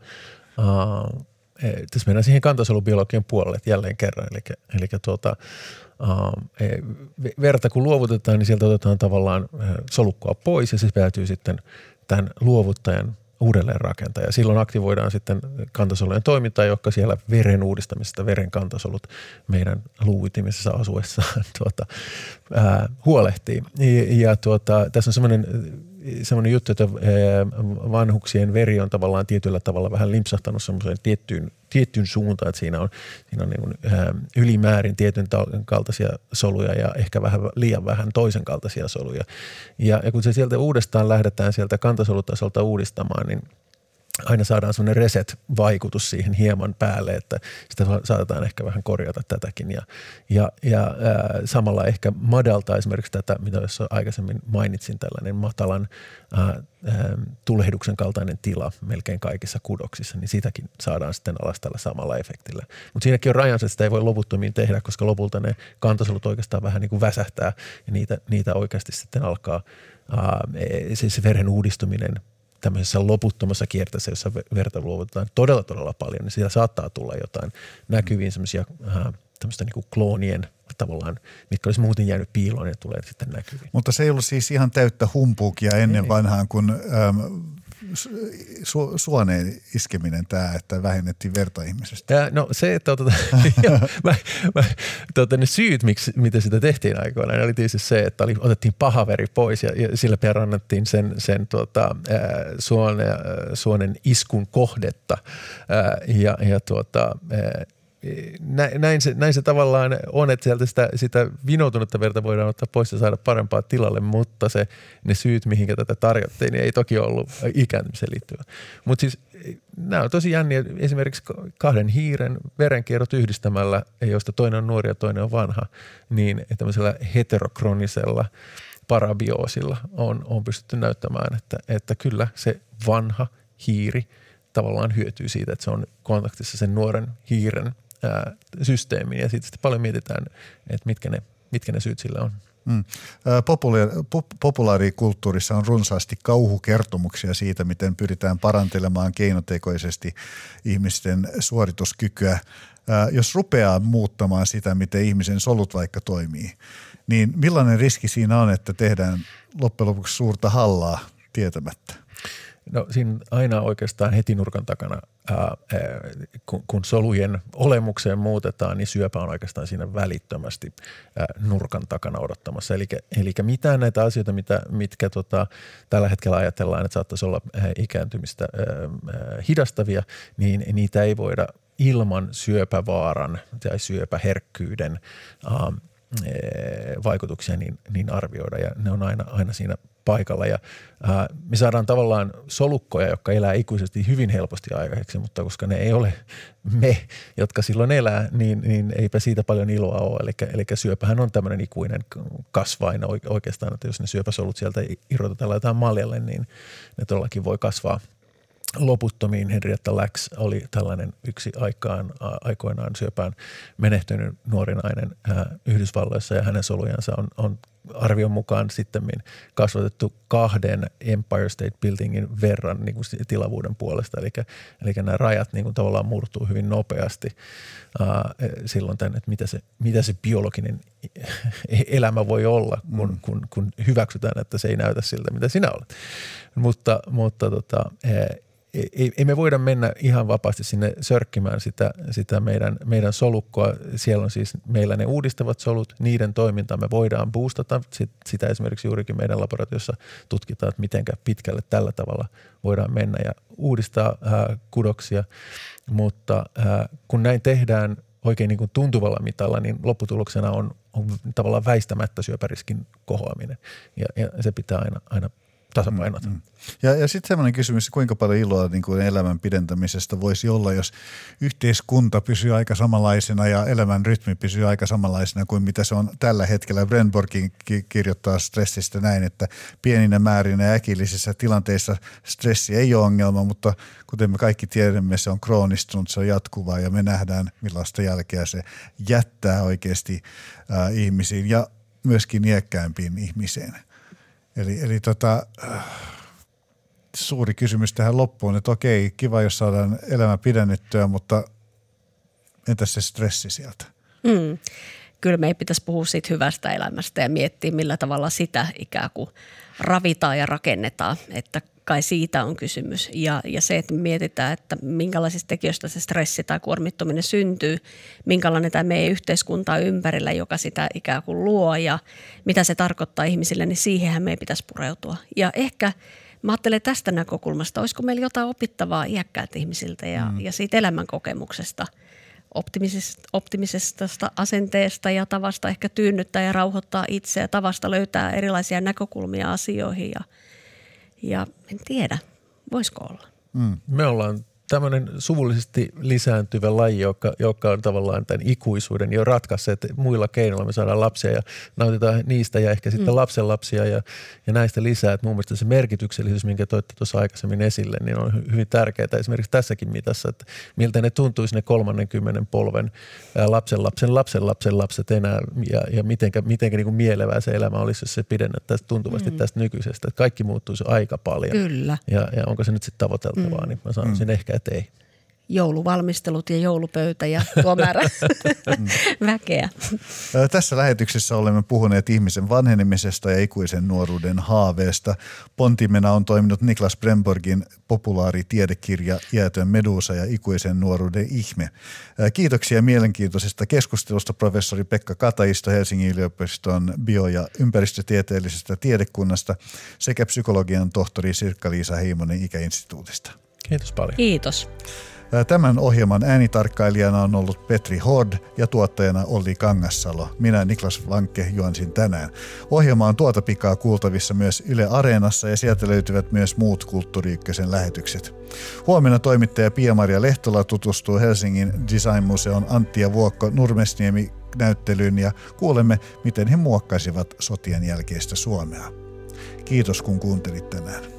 uh, tässä mennään siihen kantasolubiologian puolelle jälleen kerran. Eli, eli tuota, uh, verta kun luovutetaan, niin sieltä otetaan tavallaan solukkoa pois ja se päätyy sitten tämän luovuttajan uudelleen rakentaa. Ja silloin aktivoidaan sitten kantasolujen toimintaa, jotka siellä veren uudistamisesta, veren kantasolut meidän luuytimessä asuessaan tuota, ää, huolehtii. Ja, ja tuota, tässä on semmoinen, semmoinen juttu, että ää, vanhuksien veri on tavallaan tietyllä tavalla vähän limpsahtanut semmoiseen tiettyyn, tiettyyn suuntaan, että siinä on, siinä on niin kuin, ää, ylimäärin tietyn kaltaisia soluja ja ehkä vähän liian vähän toisen kaltaisia soluja. Ja, ja kun se sieltä uudestaan lähdetään sieltä kantasolutasolta uudistamaan, niin aina saadaan semmoinen reset-vaikutus siihen hieman päälle, että sitä saatetaan ehkä vähän korjata tätäkin ja, ja, ja ää, samalla ehkä madaltaa esimerkiksi tätä, mitä jos aikaisemmin mainitsin, tällainen matalan ää, ää, tulehduksen kaltainen tila melkein kaikissa kudoksissa, niin sitäkin saadaan sitten alas tällä samalla efektillä. Mutta siinäkin on rajansa, että sitä ei voi loputtomiin tehdä, koska lopulta ne kantasolut oikeastaan vähän niin kuin väsähtää ja niitä, niitä oikeasti sitten alkaa ää, siis veren uudistuminen tämmöisessä loputtomassa kierteessä, jossa verta luovutetaan todella, todella paljon, niin siellä saattaa tulla jotain näkyviin semmoisia tämmöistä niin kuin kloonien tavallaan, mitkä olisi muuten jäänyt piiloon ja tulee sitten näkyviin. Mutta se ei ollut siis ihan täyttä humpuukia ennen ei. vanhaan, kun äm, su, suoneen iskeminen tämä, että vähennettiin verta ihmisestä. Ja, no se, että otetaan, jo, mä, mä, tuota, ne syyt, miksi, miten sitä tehtiin aikoinaan, oli tietysti se, että oli, otettiin paha veri pois ja, ja sillä perannettiin sen, sen tuota, ää, suone, ää, suonen iskun kohdetta ää, ja, ja tuota, ää, Näin se, näin se tavallaan on, että sieltä sitä, sitä vinoutunutta verta voidaan ottaa pois ja saada parempaa tilalle, mutta se, ne syyt, mihinkä tätä tarjottiin, niin ei toki ollut ikääntymiseen liittyvä. Mutta siis nämä on tosi jänniä. Esimerkiksi kahden hiiren verenkierrot yhdistämällä, josta toinen on nuori ja toinen on vanha, niin tämmöisellä heterokronisella parabioosilla on, on pystytty näyttämään, että, että kyllä se vanha hiiri tavallaan hyötyy siitä, että se on kontaktissa sen nuoren hiiren ää, systeemiin ja sitten paljon mietitään, että mitkä ne, mitkä ne syyt sillä on. Mm. Populaari, pop, populaarikulttuurissa on runsaasti kauhukertomuksia siitä, miten pyritään parantelemaan keinotekoisesti ihmisten suorituskykyä. Ää, jos rupeaa muuttamaan sitä, miten ihmisen solut vaikka toimii, niin millainen riski siinä on, että tehdään loppujen lopuksi suurta hallaa tietämättä? No siinä aina oikeastaan heti nurkan takana, ää, kun, kun solujen olemukseen muutetaan, niin syöpä on oikeastaan siinä välittömästi ää, nurkan takana odottamassa. Eli, eli mitään näitä asioita, mitä, mitkä tota, tällä hetkellä ajatellaan, että saattaisi olla ää, ikääntymistä ää, ää, hidastavia, niin niitä ei voida ilman syöpävaaran tai syöpäherkkyyden ää, vaikutuksia niin, niin arvioida ja ne on aina, aina siinä paikalla ja ää, me saadaan tavallaan solukkoja, jotka elää ikuisesti hyvin helposti aikaiseksi, mutta koska ne ei ole me, jotka silloin elää, niin, niin eipä siitä paljon iloa ole. Eli, eli syöpähän on tämmöinen ikuinen kasvain oikeastaan, että jos ne syöpäsolut sieltä irrotetaan jotain maljalle, niin ne todellakin voi kasvaa loputtomiin. Henrietta Lacks oli tällainen yksi aikaan, aikoinaan syöpään menehtynyt nuori nainen Yhdysvalloissa ja hänen solujansa on, on arvion mukaan sittemmin kasvatettu kahden Empire State Buildingin verran niin kuin tilavuuden puolesta. Eli, eli nämä rajat niin kuin tavallaan murtuu hyvin nopeasti uh, silloin tämän, että mitä se, mitä se biologinen elämä voi olla, kun, mm. kun, kun hyväksytään, että se ei näytä siltä, mitä sinä olet. Mutta, mutta tota, ei, ei me voida mennä ihan vapaasti sinne sörkkimään sitä, sitä meidän, meidän solukkoa. Siellä on siis meillä ne uudistavat solut, niiden toimintaa me voidaan boostata. Sitä esimerkiksi juurikin meidän laboratoriossa tutkitaan, että miten pitkälle tällä tavalla voidaan mennä ja uudistaa ää, kudoksia. Mutta ää, kun näin tehdään oikein niin kuin tuntuvalla mitalla, niin lopputuloksena on, on tavallaan väistämättä syöpäriskin kohoaminen ja, ja se pitää aina, aina tasapainota. Mm. Ja, ja sitten semmoinen kysymys, kuinka paljon iloa niin kuin elämän pidentämisestä voisi olla, jos yhteiskunta pysyy aika samanlaisena ja elämän rytmi pysyy aika samanlaisena kuin mitä se on tällä hetkellä. Brenborgin kirjoittaa stressistä näin, että pieninä määrinä ja äkillisissä tilanteissa stressi ei ole ongelma, mutta kuten me kaikki tiedämme, se on kroonistunut, se on jatkuvaa ja me nähdään millaista jälkeä se jättää oikeasti äh, ihmisiin ja myöskin iäkkäämpiin ihmiseen. Eli, eli tota, suuri kysymys tähän loppuun, että okei, kiva, jos saadaan elämä pidennettyä, mutta entäs se stressi sieltä? Mm. Kyllä meidän pitäisi puhua siitä hyvästä elämästä ja miettiä, millä tavalla sitä ikään kuin ravitaan ja rakennetaan, että kai siitä on kysymys. Ja, ja se, että mietitään, että minkälaisista tekijöistä se stressi tai kuormittuminen syntyy, minkälainen tämä meidän yhteiskunta on ympärillä, joka sitä ikään kuin luo ja mitä se tarkoittaa ihmisille, niin siihenhän meidän pitäisi pureutua. Ja ehkä mä ajattelen tästä näkökulmasta, olisiko meillä jotain opittavaa iäkkäältä ihmisiltä ja, mm. ja siitä elämänkokemuksesta, optimisesta, optimisesta asenteesta ja tavasta ehkä tyynnyttää ja rauhoittaa itseä, tavasta löytää erilaisia näkökulmia asioihin ja Ja en tiedä, voisiko olla. Mm. Me ollaan tämmöinen suvullisesti lisääntyvä laji, joka, joka on tavallaan tämän ikuisuuden jo ratkaisseet. Muilla keinoilla me saadaan lapsia ja nautitaan niistä ja ehkä sitten mm. lapsenlapsia ja, ja näistä lisää. Et mun mielestä se merkityksellisyys, minkä toitte tuossa aikaisemmin esille, niin on hyvin tärkeää esimerkiksi tässäkin mitassa, että miltä ne tuntuisi ne kolmannenkymmenen polven lapsen lapsen lapsen lapsen lapset enää ja, ja mitenkä, mitenkä niin kuin mielevää se elämä olisi, jos se pidennettäisiin tuntuvasti mm. tästä nykyisestä. Että kaikki muuttuisi aika paljon. Kyllä. Ja, ja onko se nyt sitten tavoiteltavaa, mm. niin mä sanoisin mm. ehkä, että ei. Jouluvalmistelut ja joulupöytä ja tuo määrä väkeä. Tässä lähetyksessä olemme puhuneet ihmisen vanhenemisesta ja ikuisen nuoruuden haaveesta. Pontimena on toiminut Niklas Brenborgin populaari tiedekirja Iätön meduusa ja ikuisen nuoruuden ihme. Kiitoksia mielenkiintoisesta keskustelusta professori Pekka Kataisto Helsingin yliopiston bio- ja ympäristötieteellisestä tiedekunnasta sekä psykologian tohtori Sirkka-Liisa Heimonen Ikäinstituutista. Kiitos paljon. Kiitos. Tämän ohjelman äänitarkkailijana on ollut Petri Hord ja tuottajana Olli Kangassalo. Minä Niklas Vankke juonsin tänään. Ohjelma on tuota pikaa kuultavissa myös Yle Areenassa ja sieltä löytyvät myös muut Kulttuuri Ykkösen lähetykset. Huomenna toimittaja Pia-Maria Lehtola tutustuu Helsingin Design-museon Antti ja Vuokko Nurmesniemi näyttelyyn ja kuulemme, miten he muokkasivat sotien jälkeistä Suomea. Kiitos kun kuuntelit tänään.